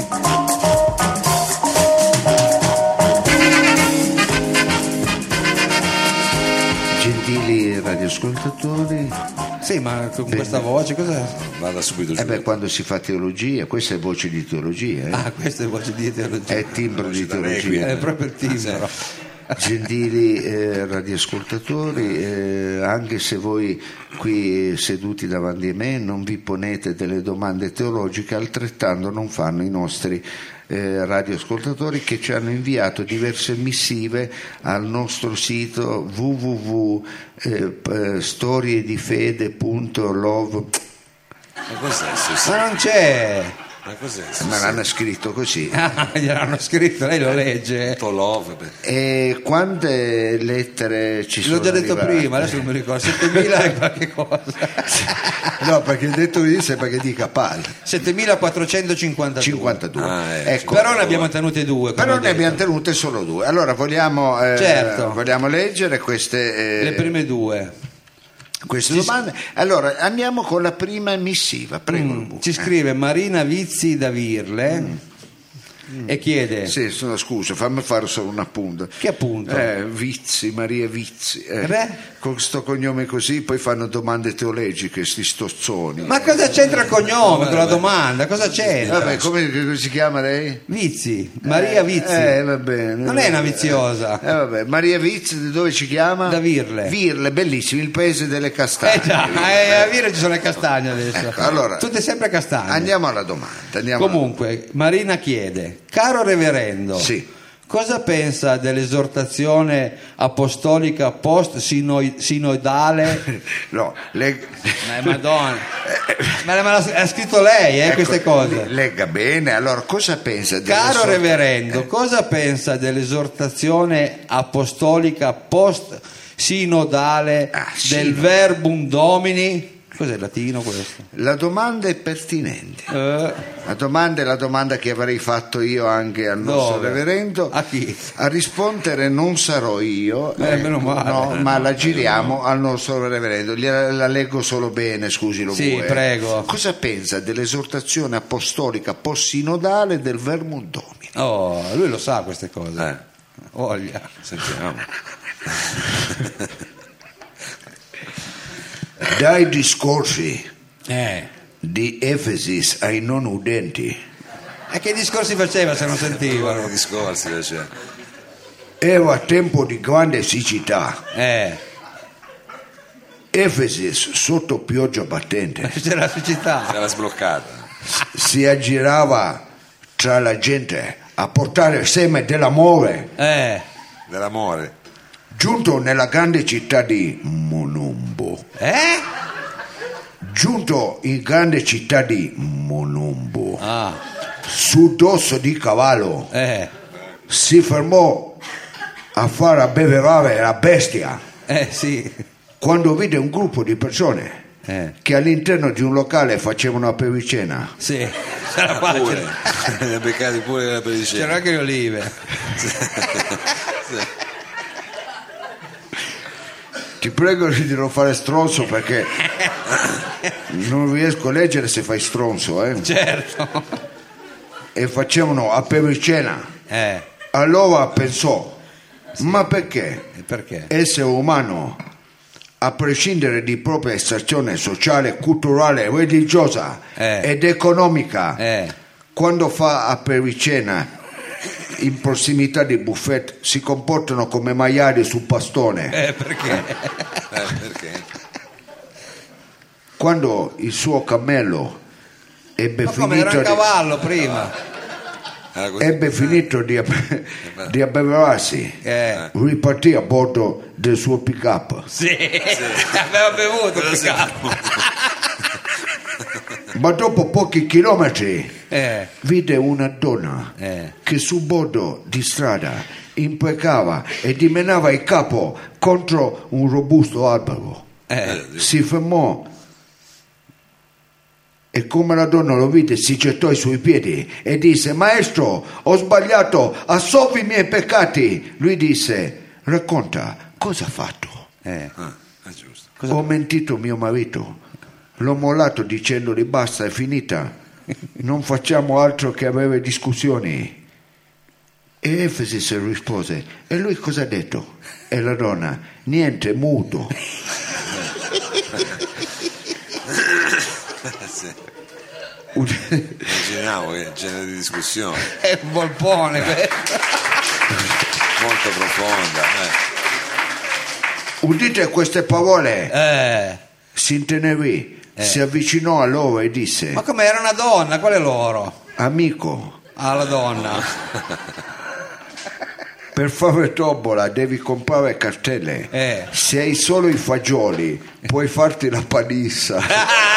Gentili radioascoltatori, Sì, ma con questa voce cosa. Vada subito giù. eh beh, quando si fa teologia, questa è voce di teologia, eh? Ah, questa è voce di teologia. È timbro di da teologia. requiem. È proprio il timbro. Gentili eh, radioascoltatori, eh, anche se voi qui seduti davanti a me non vi ponete delle domande teologiche, altrettanto non fanno i nostri eh, radioascoltatori che ci hanno inviato diverse missive al nostro sito w w w punto storiedifede punto love. Ma cos'è? Sì, sì. Ma non c'è. Ma cos'è? Me l'hanno scritto così. Ah, gliel'hanno scritto, lei lo legge. Tutto love. beh. E quante lettere ci sono L'ho già detto arrivate? prima, adesso non mi ricordo, settemila e qualche cosa. No, perché il detto così sembra che dica palle. settemilaquattrocentocinquantadue. cinquantadue. Ah, eh, ecco. Però ne abbiamo tenute due. come Però ho ne abbiamo detto. tenute solo due. Allora vogliamo, eh, Certo. vogliamo leggere queste, eh, Le prime due. queste domande. Allora andiamo con la prima missiva. Prego. Mm, Lu. Ci scrive Marina Vizzi da Virle e chiede Sì, sono, scusa, fammi fare solo un appunto. che appunto. Eh, Vizzi, Maria Vizzi. eh. Beh. Con sto cognome così poi fanno domande teologiche, sti stozzoni. Ma cosa c'entra il cognome con la domanda? Cosa c'entra? Vabbè, come, come si chiama lei? Vizzi, Maria Vizzi. Eh, va bene. Non è una viziosa. Eh, vabbè. Maria Vizzi, di dove ci chiama? Da Virle. Virle, bellissimo, il paese delle castagne. Eh già, eh, a Virle ci sono le castagne adesso. Ecco, allora, Tutte sempre castagne. Andiamo alla domanda. Andiamo Comunque, Marina chiede, caro reverendo, Sì. cosa pensa dell'esortazione apostolica post-sinodale? alla- No, leg- Ma madonna, me l'ha ha scritto lei, eh, ecco, queste cose. Legga bene, allora cosa pensa delle Caro sorte- reverendo, cosa pensa dell'esortazione apostolica post-sinodale Ah, sì, del no. verbum domini? Cos'è latino questo? La domanda è pertinente. Eh, La domanda è la domanda che avrei fatto io anche al nostro Dove? reverendo. A chi? A rispondere non sarò io, Eh, meno male. no, ma la giriamo al nostro reverendo. Gliela la leggo solo bene, scusi lo Sì, vuoi. prego. Cosa pensa dell'esortazione apostolica post-sinodale del verbum domini? oh, lui lo sa queste cose. Eh, Voglia. sentiamo. Dai discorsi Eh. di Efesis ai non udenti E che discorsi faceva se non sentivano? Guarda discorsi invece. era tempo di grande siccità. Eh, Efesis sotto pioggia battente c'era la siccità. Era sbloccata. si aggirava tra la gente a portare il seme dell'amore. Eh, Dell'amore. Giunto nella grande città di Monombo, eh? giunto in grande città di Monombo, Ah, su dosso di cavallo, eh, si fermò a far abbeverare la bestia eh sì. quando vide un gruppo di persone Eh, che all'interno di un locale facevano apericena. sì. C'era qua, Pure. c'era- Ne ha beccati pure la c'erano pericena. anche le olive. Ti prego di non fare stronzo perché non riesco a leggere se fai stronzo, eh? Certo. E facevano apericena. Eh, Allora pensò, ma perché e perché? essere umano, a prescindere di propria estrazione sociale, culturale, religiosa Eh. ed economica, Eh, quando fa apericena in prossimità di buffet si comportano come maiali sul pastone. Eh, perché? Eh, perché? Quando il suo cammello ebbe Ma come era finito un di, cavallo prima? Era così. ebbe finito di, abbe- di abbeverarsi, Eh. ripartì a bordo del suo pick-up. Sì, aveva bevuto Quello più sì. caldo. Ma dopo pochi chilometri Eh, vide una donna Eh. che su bordo di strada imprecava e dimenava il capo contro un robusto albero. eh. Si fermò e come la donna lo vide si gettò ai suoi piedi e disse: maestro, ho sbagliato, assolvi i miei peccati. Lui disse: racconta, cosa ha fatto? eh. Ah, è giusto. Ho mentito mio marito, l'ho mollato dicendogli basta, è finita, non facciamo altro che avere discussioni. E Efesis rispose: e lui cosa ha detto? E la donna: niente, muto. Sì. Un- Immaginiamo che genere di discussione È un volpone questo. molto profonda. Eh. udite queste parole, Eh. si intenerì, si avvicinò a loro e disse: Ma come era una donna? Qual è loro? amico, Ah, la donna. per fare tombola devi comprare cartelle. Eh. Se hai solo i fagioli puoi farti la panissa.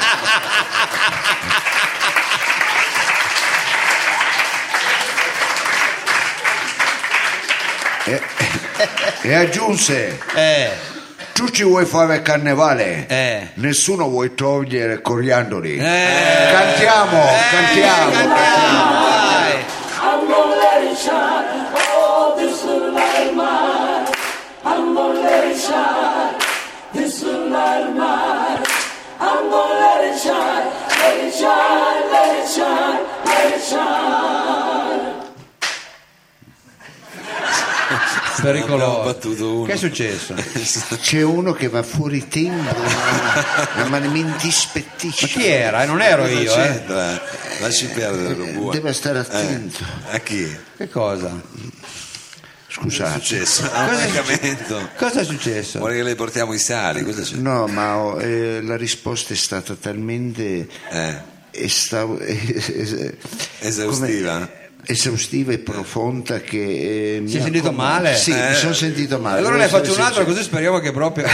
e, e aggiunse: Eh. tu ci vuoi fare carnevale? Eh. Nessuno vuoi togliere coriandoli. Eh. Cantiamo, cantiamo, cantiamo. Vai. I'm gonna let it shine. Oh, this little light of mine. I'm gonna let it shine. This little light of mine. I'm gonna let it shine. Let it shine. Let it shine. Let it shine. Abbiamo Pericoloso. battuto uno. Che è successo? C'è uno che va fuori tempo, ma, ma mi indispettisce. Ma chi era? Eh, non ero Cosa io, eh. c'entra? Lasci perdere lo buono. Deve stare attento. Eh, a chi? Che cosa? È Scusate. successo? A un Cosa è medicamento? Cosa è successo? Vuole che le portiamo i sali? Cosa c'è? No, ma ho- eh, la risposta è stata talmente Eh, esta- eh, esaustiva? come- esaustiva e profonda che eh, mi Si è ha sentito commosso. male? Sì, Eh. mi sono sentito male. Allora devo ne faccio essere un altro sincero. così speriamo che proprio...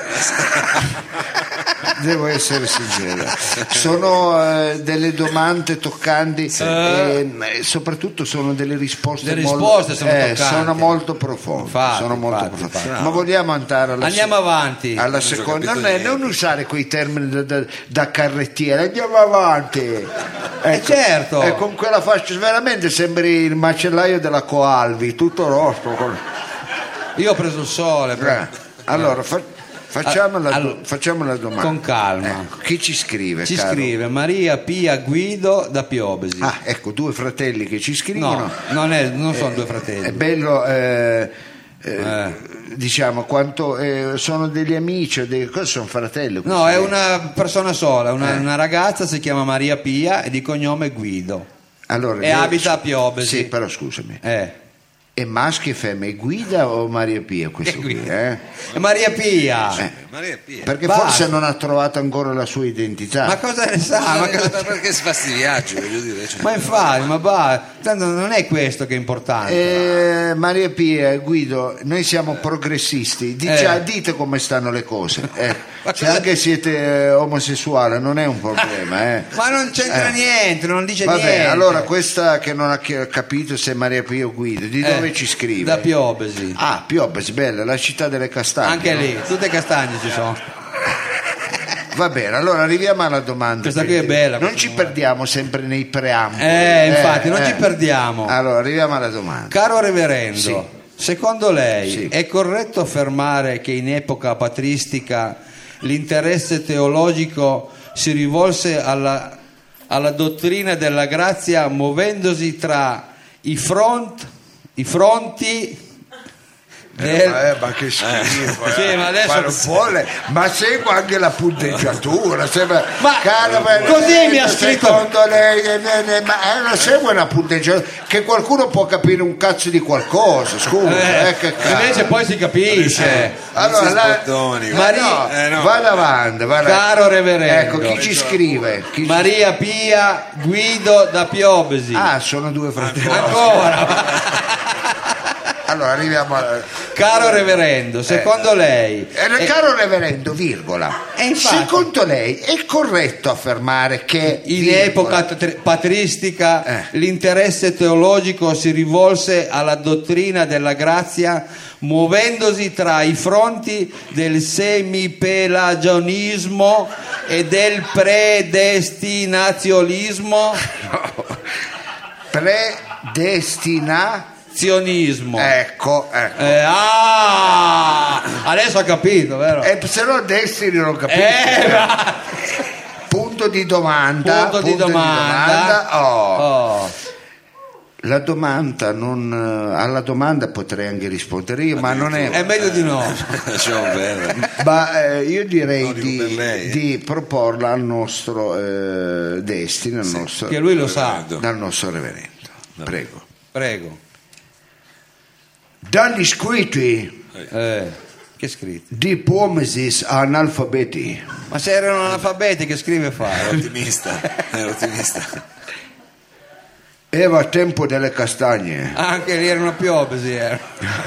Devo essere sincero, sono eh, delle domande toccanti e eh, soprattutto sono delle risposte, Le mol- risposte sono eh, toccanti. sono molto profonde, Infatti, sono molto infatti, profonde. infatti. Ma vogliamo andare alla Andiamo se- avanti. alla ci ho seconda, capito non, è- niente. non usare quei termini da, da- da carrettiere, andiamo avanti. Ecco, certo. eh, con quella faccia veramente sembri il macellaio della Coalvi, tutto rosso. con- Io ho preso il sole. però- Eh, allora fa- facciamo, la, Allora, facciamo la domanda. con calma. Ecco, chi ci scrive? Ci caro? scrive Maria Pia Guido da Piobesi. Ah, ecco, due fratelli che ci scrivono. no, non, è, non sono due fratelli. È bello, eh, eh, Eh. diciamo, quanto eh, sono degli amici, o dei, cosa sono fratelli? No, è una persona sola, una, una ragazza si chiama Maria Pia e di cognome Guido. Allora, e devo- abita a Piobesi. Sì, però scusami, Eh. è maschio e femmina, è Guida o Maria Pia questo È qui? Guida. Eh? E Maria Pia. Eh. Maria Pia. Perché Basta. forse non ha trovato ancora la sua identità. Ma cosa ne sa? Ah, Ma, ma cosa- perché si fa sti viaggi, voglio dire. Cioè. ma infatti, ma va, tanto non è questo che è importante. Eh, Maria Pia, Guido, noi siamo progressisti, Dicia- Eh. dite come stanno le cose. Eh, Ma se cosa- anche siete eh, omosessuale non è un problema. Eh. Ma non c'entra Eh. niente, non dice Vabbè, niente. allora questa che non ha chi- capito se è Maria Pia o Guido, di Eh, dove ci scrive? Da Piobesi. Ah, Piobesi, bella, la città delle castagne. Anche no? lì, tutte castagne ci sono. Va bene, allora arriviamo alla domanda. Questa qui è bella, Non questa ci domanda. perdiamo sempre nei preamboli. Eh, infatti, non ci perdiamo. Allora, arriviamo alla domanda. Caro reverendo, Sì. secondo lei Sì. è corretto affermare che in epoca patristica l'interesse teologico si rivolse alla, alla dottrina della grazia muovendosi tra i, front, i fronti del- Eh, ma che schifo, eh. Sì, ma adesso- Ma non vuole- ma segua anche la punteggiatura, sembra- Ma cara così Benedetta, mi ha scritto- secondo lei eh, eh, ma eh, non segue una punteggiatura che qualcuno può capire un cazzo di qualcosa, scusa, Eh, eh, che cazzo. invece poi si capisce. Allora, Questi la- sbottoni, ma guarda. no, Eh, no. vada avanti, vada- Caro reverendo. ecco chi ci scrive. Chi ci- Maria Pia Guido da Piobesi. Ah, sono due fratelli. Ancora. Allora arriviamo a... Caro reverendo, secondo lei Eh, caro reverendo, virgola. Eh, infatti. Secondo lei è corretto affermare che in virgola, epoca tr- patristica Eh. l'interesse teologico si rivolse alla dottrina della grazia muovendosi tra i fronti del semipelagionismo e del predestinazionismo predestina zionismo. ecco, ecco. Eh, ah, adesso ha capito, vero? E se no destini non capisco. Eh, ma- punto di domanda. punto di domanda. Oh. Oh. La domanda non, alla domanda potrei anche rispondere io, ma non è. È meglio di no. Lasciamo perdere. Ma eh, io direi No, dico di, per lei, eh. di proporla al nostro eh, destino, al nostro, Che lui lo sa. dal nostro reverendo. Prego. Prego. Dagli scritti Eh, che scritto? di Pomesis analfabeti. Ma se erano analfabeti che scrive fare? Era ottimista, era ottimista. Era tempo delle castagne. Anche lì erano Piobesi. Era.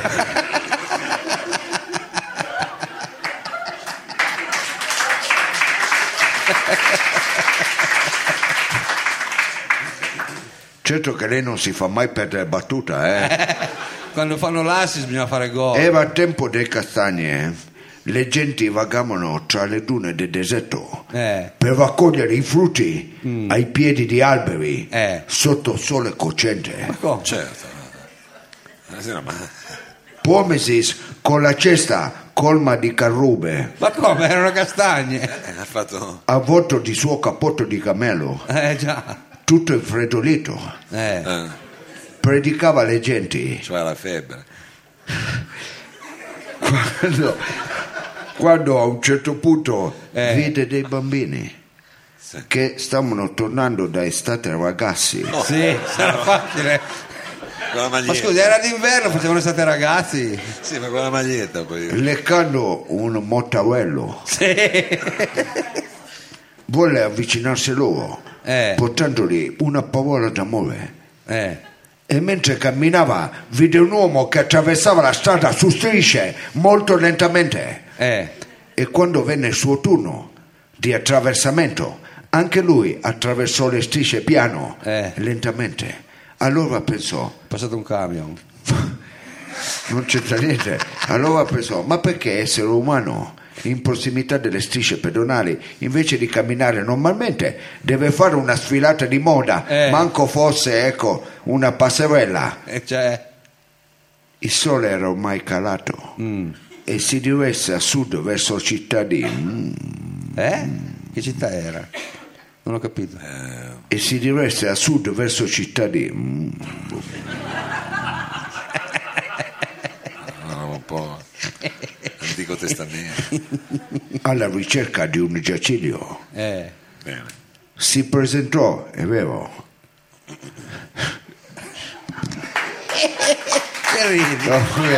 Certo che lei non si fa mai perdere battuta, eh. Quando fanno l'assist bisogna fare gol. Era tempo delle castagne. Le genti vagavano tra le dune del deserto Eh. per raccogliere i frutti ai piedi di alberi Eh. sotto il sole cocente. Ma come? Certo. Eh, sì, no, ma Pomesis con la cesta colma di carrube, Ma come? Erano castagne. eh, ha fatto avvolto di suo cappotto di cammello, Eh già. tutto infreddolito, Eh. eh, predicava alle genti. c'era la febbre. Quando, quando a un certo punto Eh. vide dei bambini Sì. che stavano tornando da estate ragazzi. Sì, sarà facile. Con la Ma maglietta. scusi, era d'inverno, facevano estate ragazzi. Sì, ma con la maglietta poi. Leccando un motarello, Sì. volle avvicinarsi loro, Eh. portandogli una parola d'amore. Eh. E mentre camminava, vide un uomo che attraversava la strada su strisce molto lentamente. Eh. E quando venne il suo turno di attraversamento, anche lui attraversò le strisce piano, Eh. lentamente. Allora pensò, È passato un camion. non c'entra niente. Allora pensò, ma perché essere umano in prossimità delle strisce pedonali, invece di camminare normalmente, deve fare una sfilata di moda, Eh. manco fosse, ecco, una passerella. E c'è. Il sole era ormai calato Mm. e si diresse a sud verso città di mm, Eh? Che città era? Non ho capito. e si diresse a sud verso città di mm, No, un po' Antico Testamento. alla ricerca di un giaciglio. Eh. Bene. Si presentò, è vero, Che ridi? no, vabbè.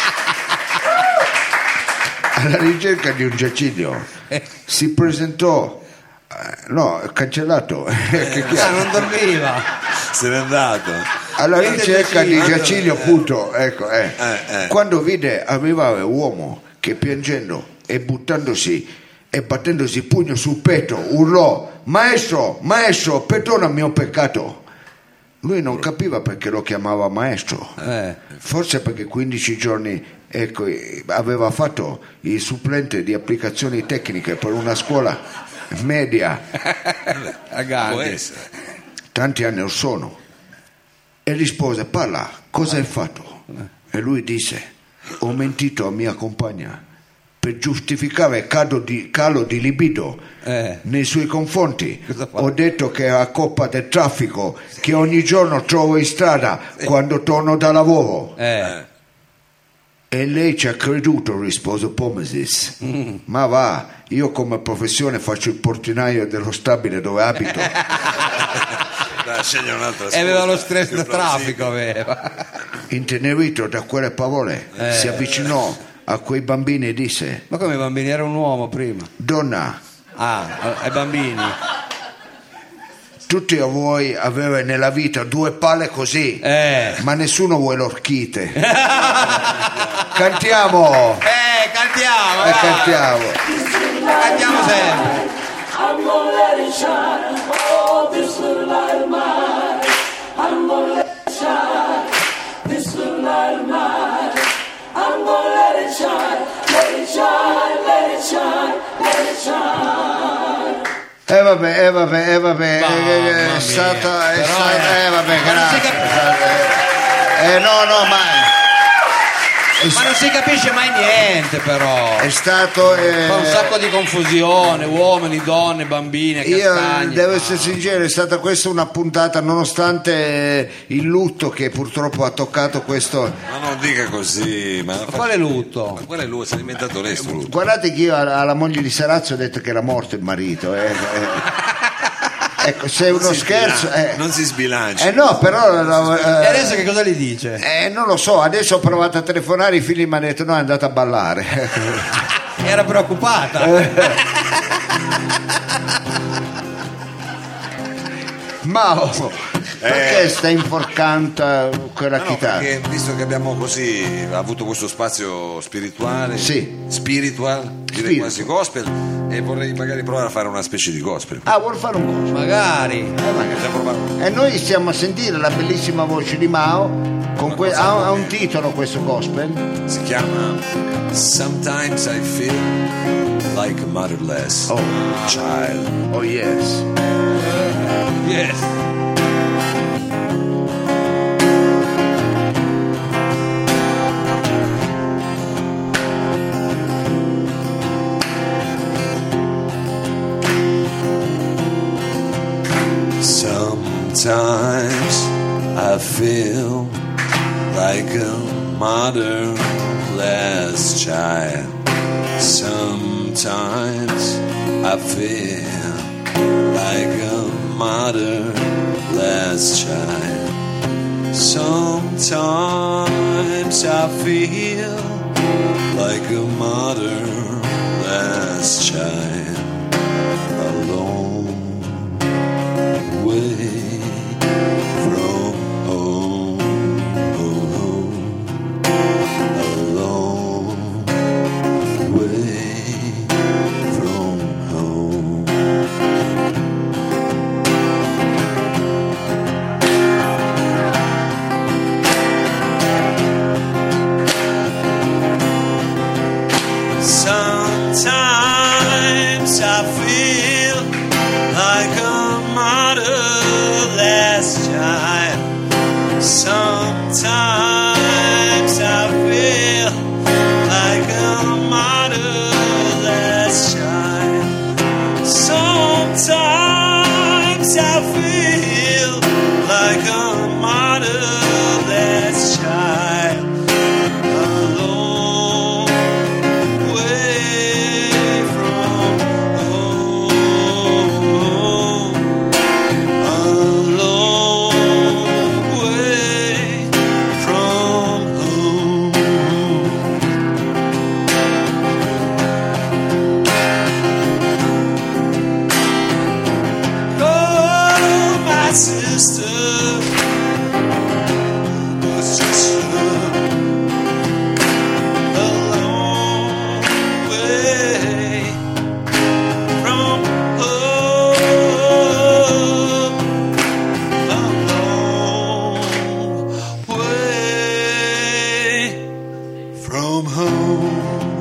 alla ricerca di un giaciglio si presentò, eh, no, è cancellato. Che chi è? Ah, non dormiva. Se n'è andato. Alla Vede ricerca di Giaciglio. Giaciglio, appunto, ecco, eh. Eh, eh. Quando vide arrivare un uomo che piangendo e buttandosi e battendosi pugno sul petto urlò: maestro, maestro, perdona il mio peccato. Lui non capiva perché lo chiamava maestro, Eh. forse perché quindici giorni, ecco, aveva fatto il supplente di applicazioni tecniche per una scuola media A Può Gandhi. essere. tanti anni or sono, e rispose: parla, cosa hai fatto? E lui disse: ho mentito a mia compagna per giustificare calo di, calo di libido Eh. nei suoi confronti. Cosa fa? Ho detto che era colpa del traffico che ogni giorno trovo in strada quando torno da lavoro. Eh. E lei ci ha creduto, rispose Pomesis. Mm. Ma va, io come professione faccio il portinaio dello stabile dove abito. Dai, scegli un'altra E aveva scusa, lo stress più da traffico, plausibile. aveva. Intenerito da quelle parole, Eh. si avvicinò a quei bambini e disse: Ma come i bambini? Era un uomo prima. Donna, Ah, ai bambini. tutti a voi avere nella vita due palle così, Eh. ma nessuno vuole l'orchite. Cantiamo! Eh, cantiamo, E vai. cantiamo! Cantiamo sempre. I'm gonna let it shine. Oh, this little light of mine. I'm gonna let it shine. This little light of mine. I'm gonna let it shine. Let it shine. Let it shine. Let it shine. E vabbè, e vabbè, e vabbè, Mamma è, è mia. stata, è Però stata, è- eh vabbè, Ma non si grazie. Eh no, no, ma Ma non si capisce mai niente, però. è stato... eh, Fa un sacco di confusione, uomini, donne, bambine, Io castagne. devo essere sincero, è stata questa una puntata, nonostante il lutto che purtroppo ha toccato questo. Ma non dica così, ma, Ma quale lutto? ma quale lui si è inventato lei sto lutto? Guardate che io alla alla moglie di Sarazzo ho detto che era morto il marito. eh, eh. Ecco, se è uno Non si scherzo. sbilancia, eh. non si sbilancia. Eh no, però. no, eh, E adesso che cosa gli dice? eh, non lo so, adesso ho provato a telefonare, i figli mi hanno detto no, è andata a ballare. Era preoccupata. Ma oh, perché stai inforcando quella No, no, chitarra? perché visto che abbiamo così avuto questo spazio spirituale, Sì. spiritual, direi Spiritual. quasi gospel, e vorrei magari provare a fare una specie di gospel. Ah, vuol fare un coso? Magari. Eh, magari. Possiamo provare? E noi stiamo a sentire la bellissima voce di Mao. Con que- cosa ha, vuol ha un dire? titolo questo gospel. Si chiama Sometimes I Feel Like a Motherless Oh. Child. Oh yes. Yes. Sometimes I feel like a motherless child. Sometimes I feel like a motherless child. Sometimes I feel like a motherless child. Alone away from home, alone away from home. Sometimes I feel like a motherless child. Sometimes I feel like a motherless child. Sometimes I feel like a motherless child. Alone away from home, alone away from home. Oh, my sister was just a long way from home, a long way from home.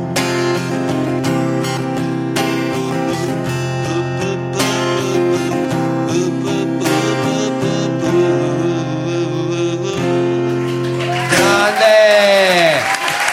Grande.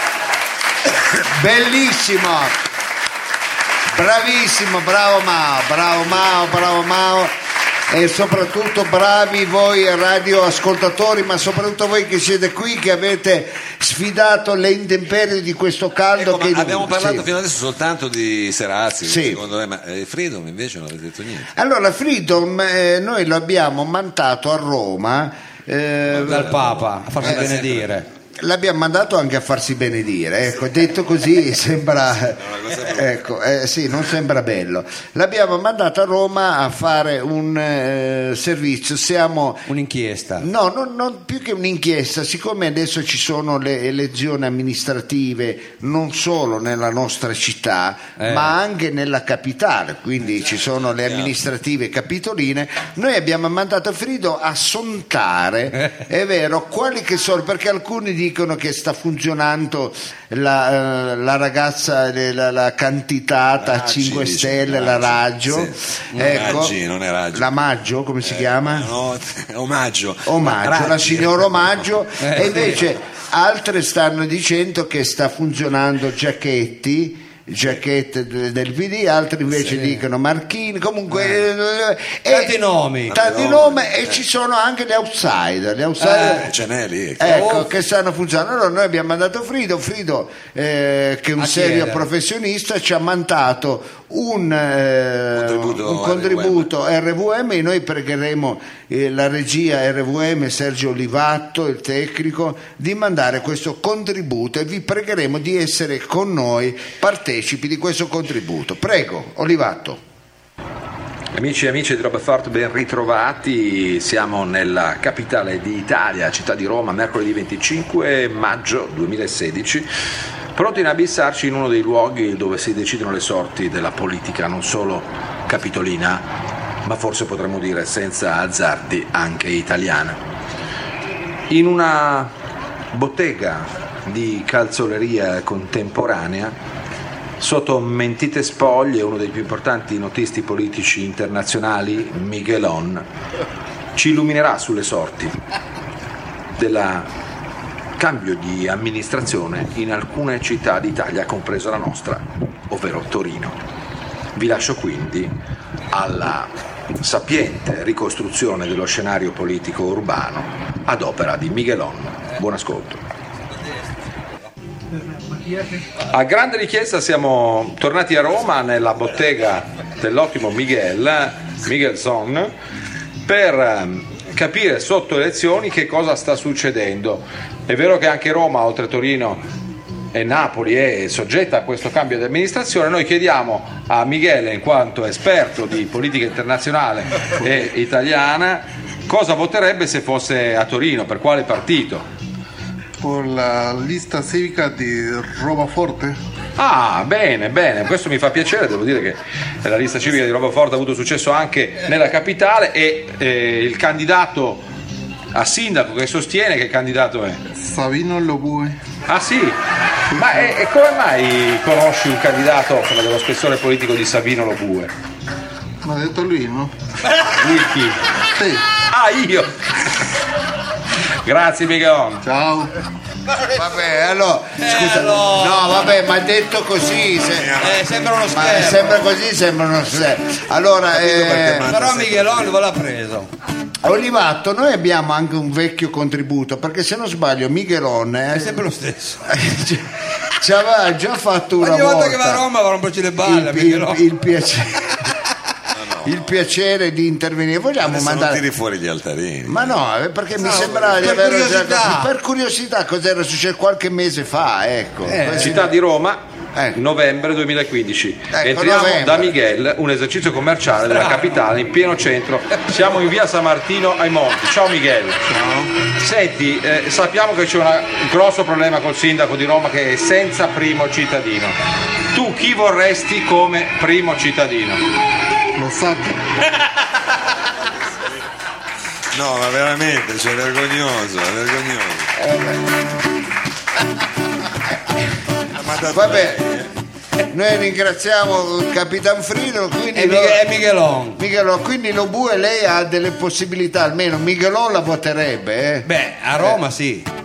Bellissimo. Bravissimo, bravo Mao, bravo Mao, bravo Mao. E soprattutto bravi voi radioascoltatori, ma soprattutto voi che siete qui, che avete sfidato le intemperie di questo caldo. Ecco, che ma abbiamo parlato sì. fino adesso soltanto di Serazzi, Sì. secondo me, ma eh, Freedom invece non avete detto niente. Allora, Freedom eh, noi l'abbiamo mandato a Roma. eh, Dal Papa a farsi Eh, benedire. L'abbiamo mandato anche a farsi benedire, ecco, detto così sembra, ecco, eh, sì, non sembra bello. L'abbiamo mandato a Roma a fare un eh, servizio, siamo... Un'inchiesta. No, non, non più che un'inchiesta, siccome adesso ci sono le elezioni amministrative non solo nella nostra città, Eh. ma anche nella capitale, quindi ci sono le amministrative capitoline, noi abbiamo mandato Frido a sontare, è vero, quali che sono, perché alcuni dicono che sta funzionando la, eh, la ragazza, la, la candidata a Raggi, cinque dice, Stelle, la Raggi, Raggio, sì. ecco, Raggi, non è Raggio. la Maggio, come si chiama? No, omaggio. Omaggio, la Raggi. signora Omaggio, Eh, e invece altre stanno dicendo che sta funzionando Giachetti, Giacchette del P D, altri invece dicono Marchini, comunque eh, Tanti e- nomi. tanti Tanti nomi, nomi, e eh. ci sono anche gli outsider, gli outsider Eh, ce n'è lì. ecco, che stanno funzionando. Allora noi abbiamo mandato Frido, Frido eh, che è un A serio chiedere. professionista, ci ha mandato un, eh, Contributo un contributo R V M, e noi pregheremo eh, la regia R V M, Sergio Olivatto, il tecnico, di mandare questo contributo, e vi pregheremo di essere con noi partecipi di questo contributo. Prego, Olivatto. Amici e amici di Roba Forte, ben ritrovati. Siamo nella capitale d'Italia, città di Roma, mercoledì venticinque maggio duemilasedici, pronti a inabissarci in uno dei luoghi dove si decidono le sorti della politica, non solo capitolina, ma forse potremmo dire senza azzardi anche italiana. In una bottega di calzoleria contemporanea, sotto mentite spoglie, uno dei più importanti notisti politici internazionali, Miguelon, ci illuminerà sulle sorti del cambio di amministrazione in alcune città d'Italia, compresa la nostra, ovvero Torino. Vi lascio quindi alla sapiente ricostruzione dello scenario politico urbano ad opera di Miguelon. Buon ascolto. A grande richiesta siamo tornati a Roma nella bottega dell'ottimo Miguel, Miguelson, per capire sotto elezioni che cosa sta succedendo. È vero che anche Roma, oltre Torino e Napoli, è soggetta a questo cambio di amministrazione. Noi chiediamo a Miguel, in quanto esperto di politica internazionale e italiana, cosa voterebbe se fosse a Torino, per quale partito. Por la lista civica di Roma Forte. Ah, bene, bene, questo mi fa piacere, devo dire che la lista civica di Roma Forte ha avuto successo anche nella capitale, e eh, il candidato a sindaco che sostiene, che candidato è? Sabino Lobue. Ah sì? Ma e, e come mai conosci un candidato dello spessore politico di Sabino Lobue? Mi ha detto lui, no? Lui chi? Sì. Ah, io! Grazie Miguel. Ciao. Vabbè, allora, scusa, allora. no, vabbè, ma detto così, se- Eh, sembra uno ma scherzo. sembra così, sembra uno scherzo. Allora, eh, Però Miguelon ve l'ha preso. Olivatto, noi abbiamo anche un vecchio contributo, perché se non sbaglio Miguelon È eh, sempre lo stesso. ci aveva già fatto una Ogni volta volta che va a Roma va a romperci le balle. il, Miguelon. il- il piacere il piacere di intervenire. Vogliamo Adesso non mandare tiri fuori gli altarini. ma no, eh, perché mi No, sembrava di per aver curiosità. per curiosità cos'era successo qualche mese fa, ecco. Eh, Questi- Città di Roma, Ecco. novembre duemilaquindici. Ecco, Entriamo novembre. da Miguel, un esercizio commerciale della capitale in pieno centro. Siamo in via San Martino ai Monti. Ciao Miguel. Ciao. Senti, eh, sappiamo che c'è una- un grosso problema col sindaco di Roma, che è senza primo cittadino. Tu chi vorresti come primo cittadino? Lo Sacchi. No, ma veramente, cioè, è vergognoso, è vergognoso. Ha mandato Vabbè, lei, eh. noi ringraziamo il Capitan Frido, quindi E lo- Miguel- e Miguelon. Miguelon, quindi Lobue lei ha delle possibilità, almeno Miguelon la voterebbe, eh? Beh, a Roma sì.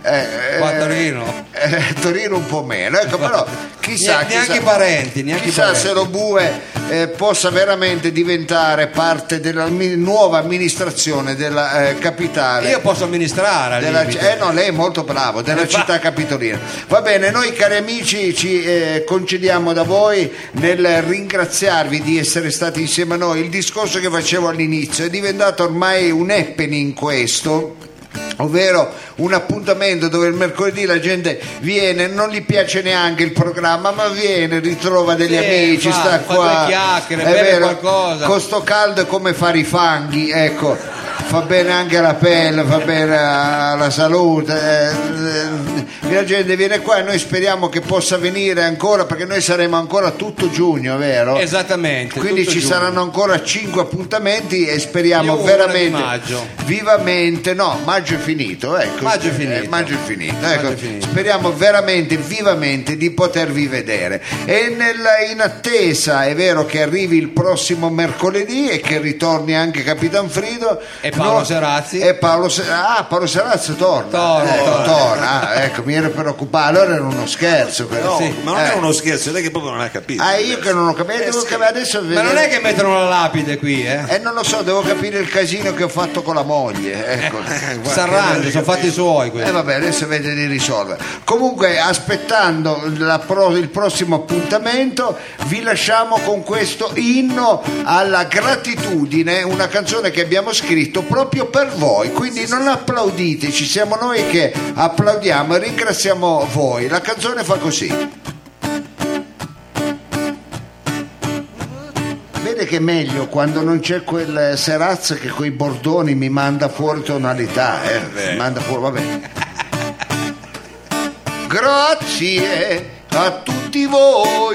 Eh, Qua a eh, Torino. eh, Torino un po' meno, ecco, però chissà, neanche chissà, i parenti, neanche i chissà parenti. se lo Bue eh, possa veramente diventare parte della mi- nuova amministrazione della eh, capitale. Io posso amministrare al Della, limite. eh no, lei è molto bravo, della città capitolina. Va bene, noi cari amici ci eh, concediamo da voi nel ringraziarvi di essere stati insieme a noi. Il discorso che facevo all'inizio è diventato ormai un happening questo, ovvero un appuntamento dove il mercoledì la gente viene, non gli piace neanche il programma, ma viene, ritrova degli Sì, amici, fa- sta fa qua, due chiacchiere, è beve vero, qualcosa. con sto caldo è come fare i fanghi, ecco, fa bene anche alla pelle, fa bene alla salute, eh, la gente viene qua e noi speriamo che possa venire ancora, perché noi saremo ancora tutto giugno, vero? Esattamente. Quindi tutto ci giugno. saranno ancora cinque appuntamenti e speriamo Io uno veramente di maggio. vivamente, no, maggio è finito, ecco. Maggio è finito. Eh, maggio è finito, ecco. Maggio è finito. Speriamo veramente vivamente di potervi vedere. E nel- in attesa, è vero che arrivi il prossimo mercoledì e che ritorni anche Capitan Frido E Paolo no, Serazzi. e Paolo Se- ah, Paolo Serazzi torna. Torna, Ecco, torna. torna. Ah, ecco, mi ero preoccupato, allora era uno scherzo quello. No, Sì. ma non è Eh. uno scherzo, lei che proprio non ha capito. Ah, io che non ho capito, Eh, devo sì. capire adesso. Ma non è che mettono la lapide qui, eh? Eh, non lo so, devo capire il casino che ho fatto con la moglie. Ecco. S'arrangia, sono fatti suoi quelli. Eh vabbè, adesso vede di risolvere. Comunque, aspettando la pro- il prossimo appuntamento, vi lasciamo con questo inno alla gratitudine, una canzone che abbiamo scritto proprio per voi. Quindi non applauditeci, siamo noi che applaudiamo e ringraziamo voi. La canzone fa così. Vede che è meglio quando non c'è quel Serazzo che coi bordoni mi manda fuori tonalità, eh? Mi manda fuori, vabbè. Grazie a tutti voi,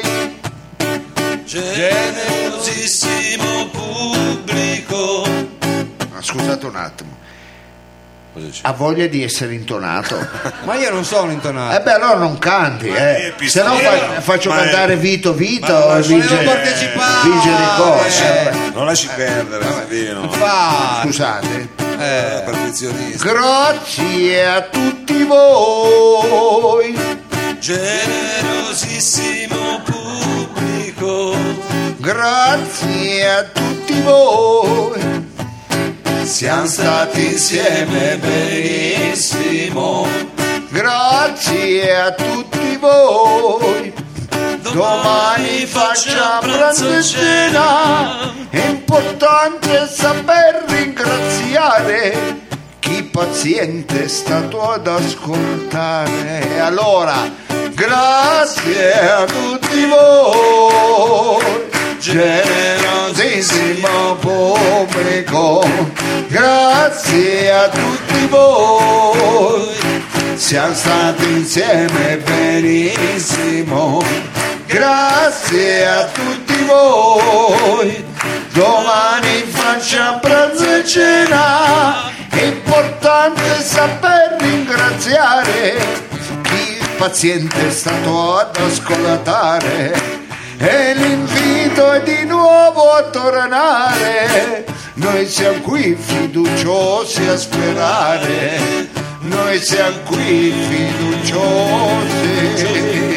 Generosissimo pubblico. ah, scusate un attimo, ha voglia di essere intonato? Ma io non sono intonato. Eh beh, allora non canti, eh. è Se no pistola. fa- faccio Ma è- cantare Vito Vito Ma non e vince, volevo partecipare. vince le cose. Eh. Non lasci perdere, Savino. Fa. Scusate. Eh. Perfezionista. Grazie a tutti voi, Generosissimo pubblico. grazie a tutti voi, Siamo stati insieme benissimo. grazie a tutti voi. Domani facciamo pranzo e cena, è importante saper ringraziare chi paziente è stato ad ascoltare. E allora, grazie a tutti voi, generosissimo pubblico, grazie a tutti voi, siamo stati insieme benissimo, grazie a tutti voi, domani facciamo pranzo e cena, è importante saper ringraziare chi paziente è stato ad ascoltare. E l'invito è di nuovo a tornare, noi siamo qui fiduciosi a sperare, noi siamo qui fiduciosi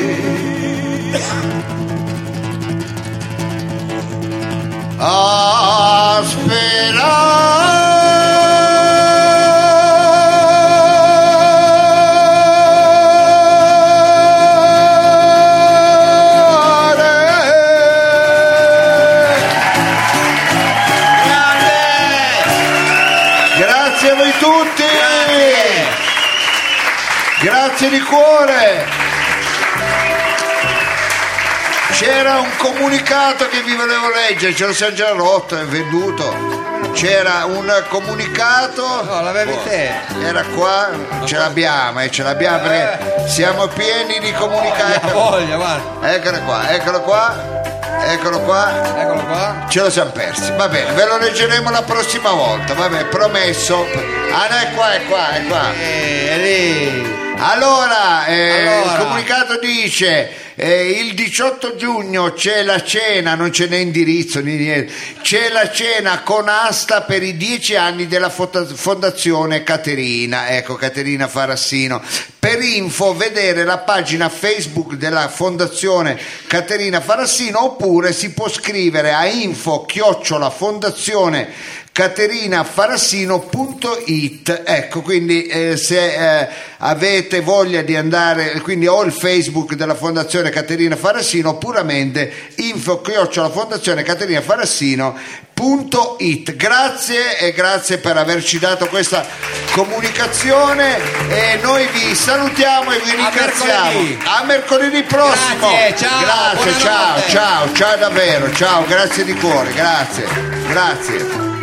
a Grazie a voi tutti, grazie di cuore. C'era un comunicato che vi volevo leggere, ce lo siamo già rotto, è venduto. C'era un comunicato, No, l'avevi te. era qua, ce l'abbiamo, eh, ce l'abbiamo perché siamo pieni di La comunicati. voglia, guarda. Eccolo qua, eccolo qua. Eccolo qua, Eccolo qua. ce lo siamo persi, va bene, ve lo leggeremo la prossima volta, va bene, promesso. Ah no, è qua, è qua, è qua. Eh, è lì. Allora, eh, Allora. il comunicato dice Eh, il diciotto giugno c'è la cena, non ce n'è indirizzo né niente, c'è la cena con asta per i dieci anni della Fondazione Caterina, ecco, Caterina Farassino. Per info vedere la pagina Facebook della Fondazione Caterina Farassino, oppure si può scrivere a info chiocciola fondazione caterina farassino punto it. Ecco, quindi eh, se eh, avete voglia di andare, quindi o il Facebook della Fondazione Caterina Farassino, puramente info chiocciola fondazione caterina farassino punto it. Grazie e grazie per averci dato questa comunicazione e noi vi salutiamo e vi ringraziamo. A mercoledì, a mercoledì prossimo. Grazie, ciao, grazie, ciao, buonanotte. ciao, ciao davvero, ciao, grazie di cuore, grazie, grazie.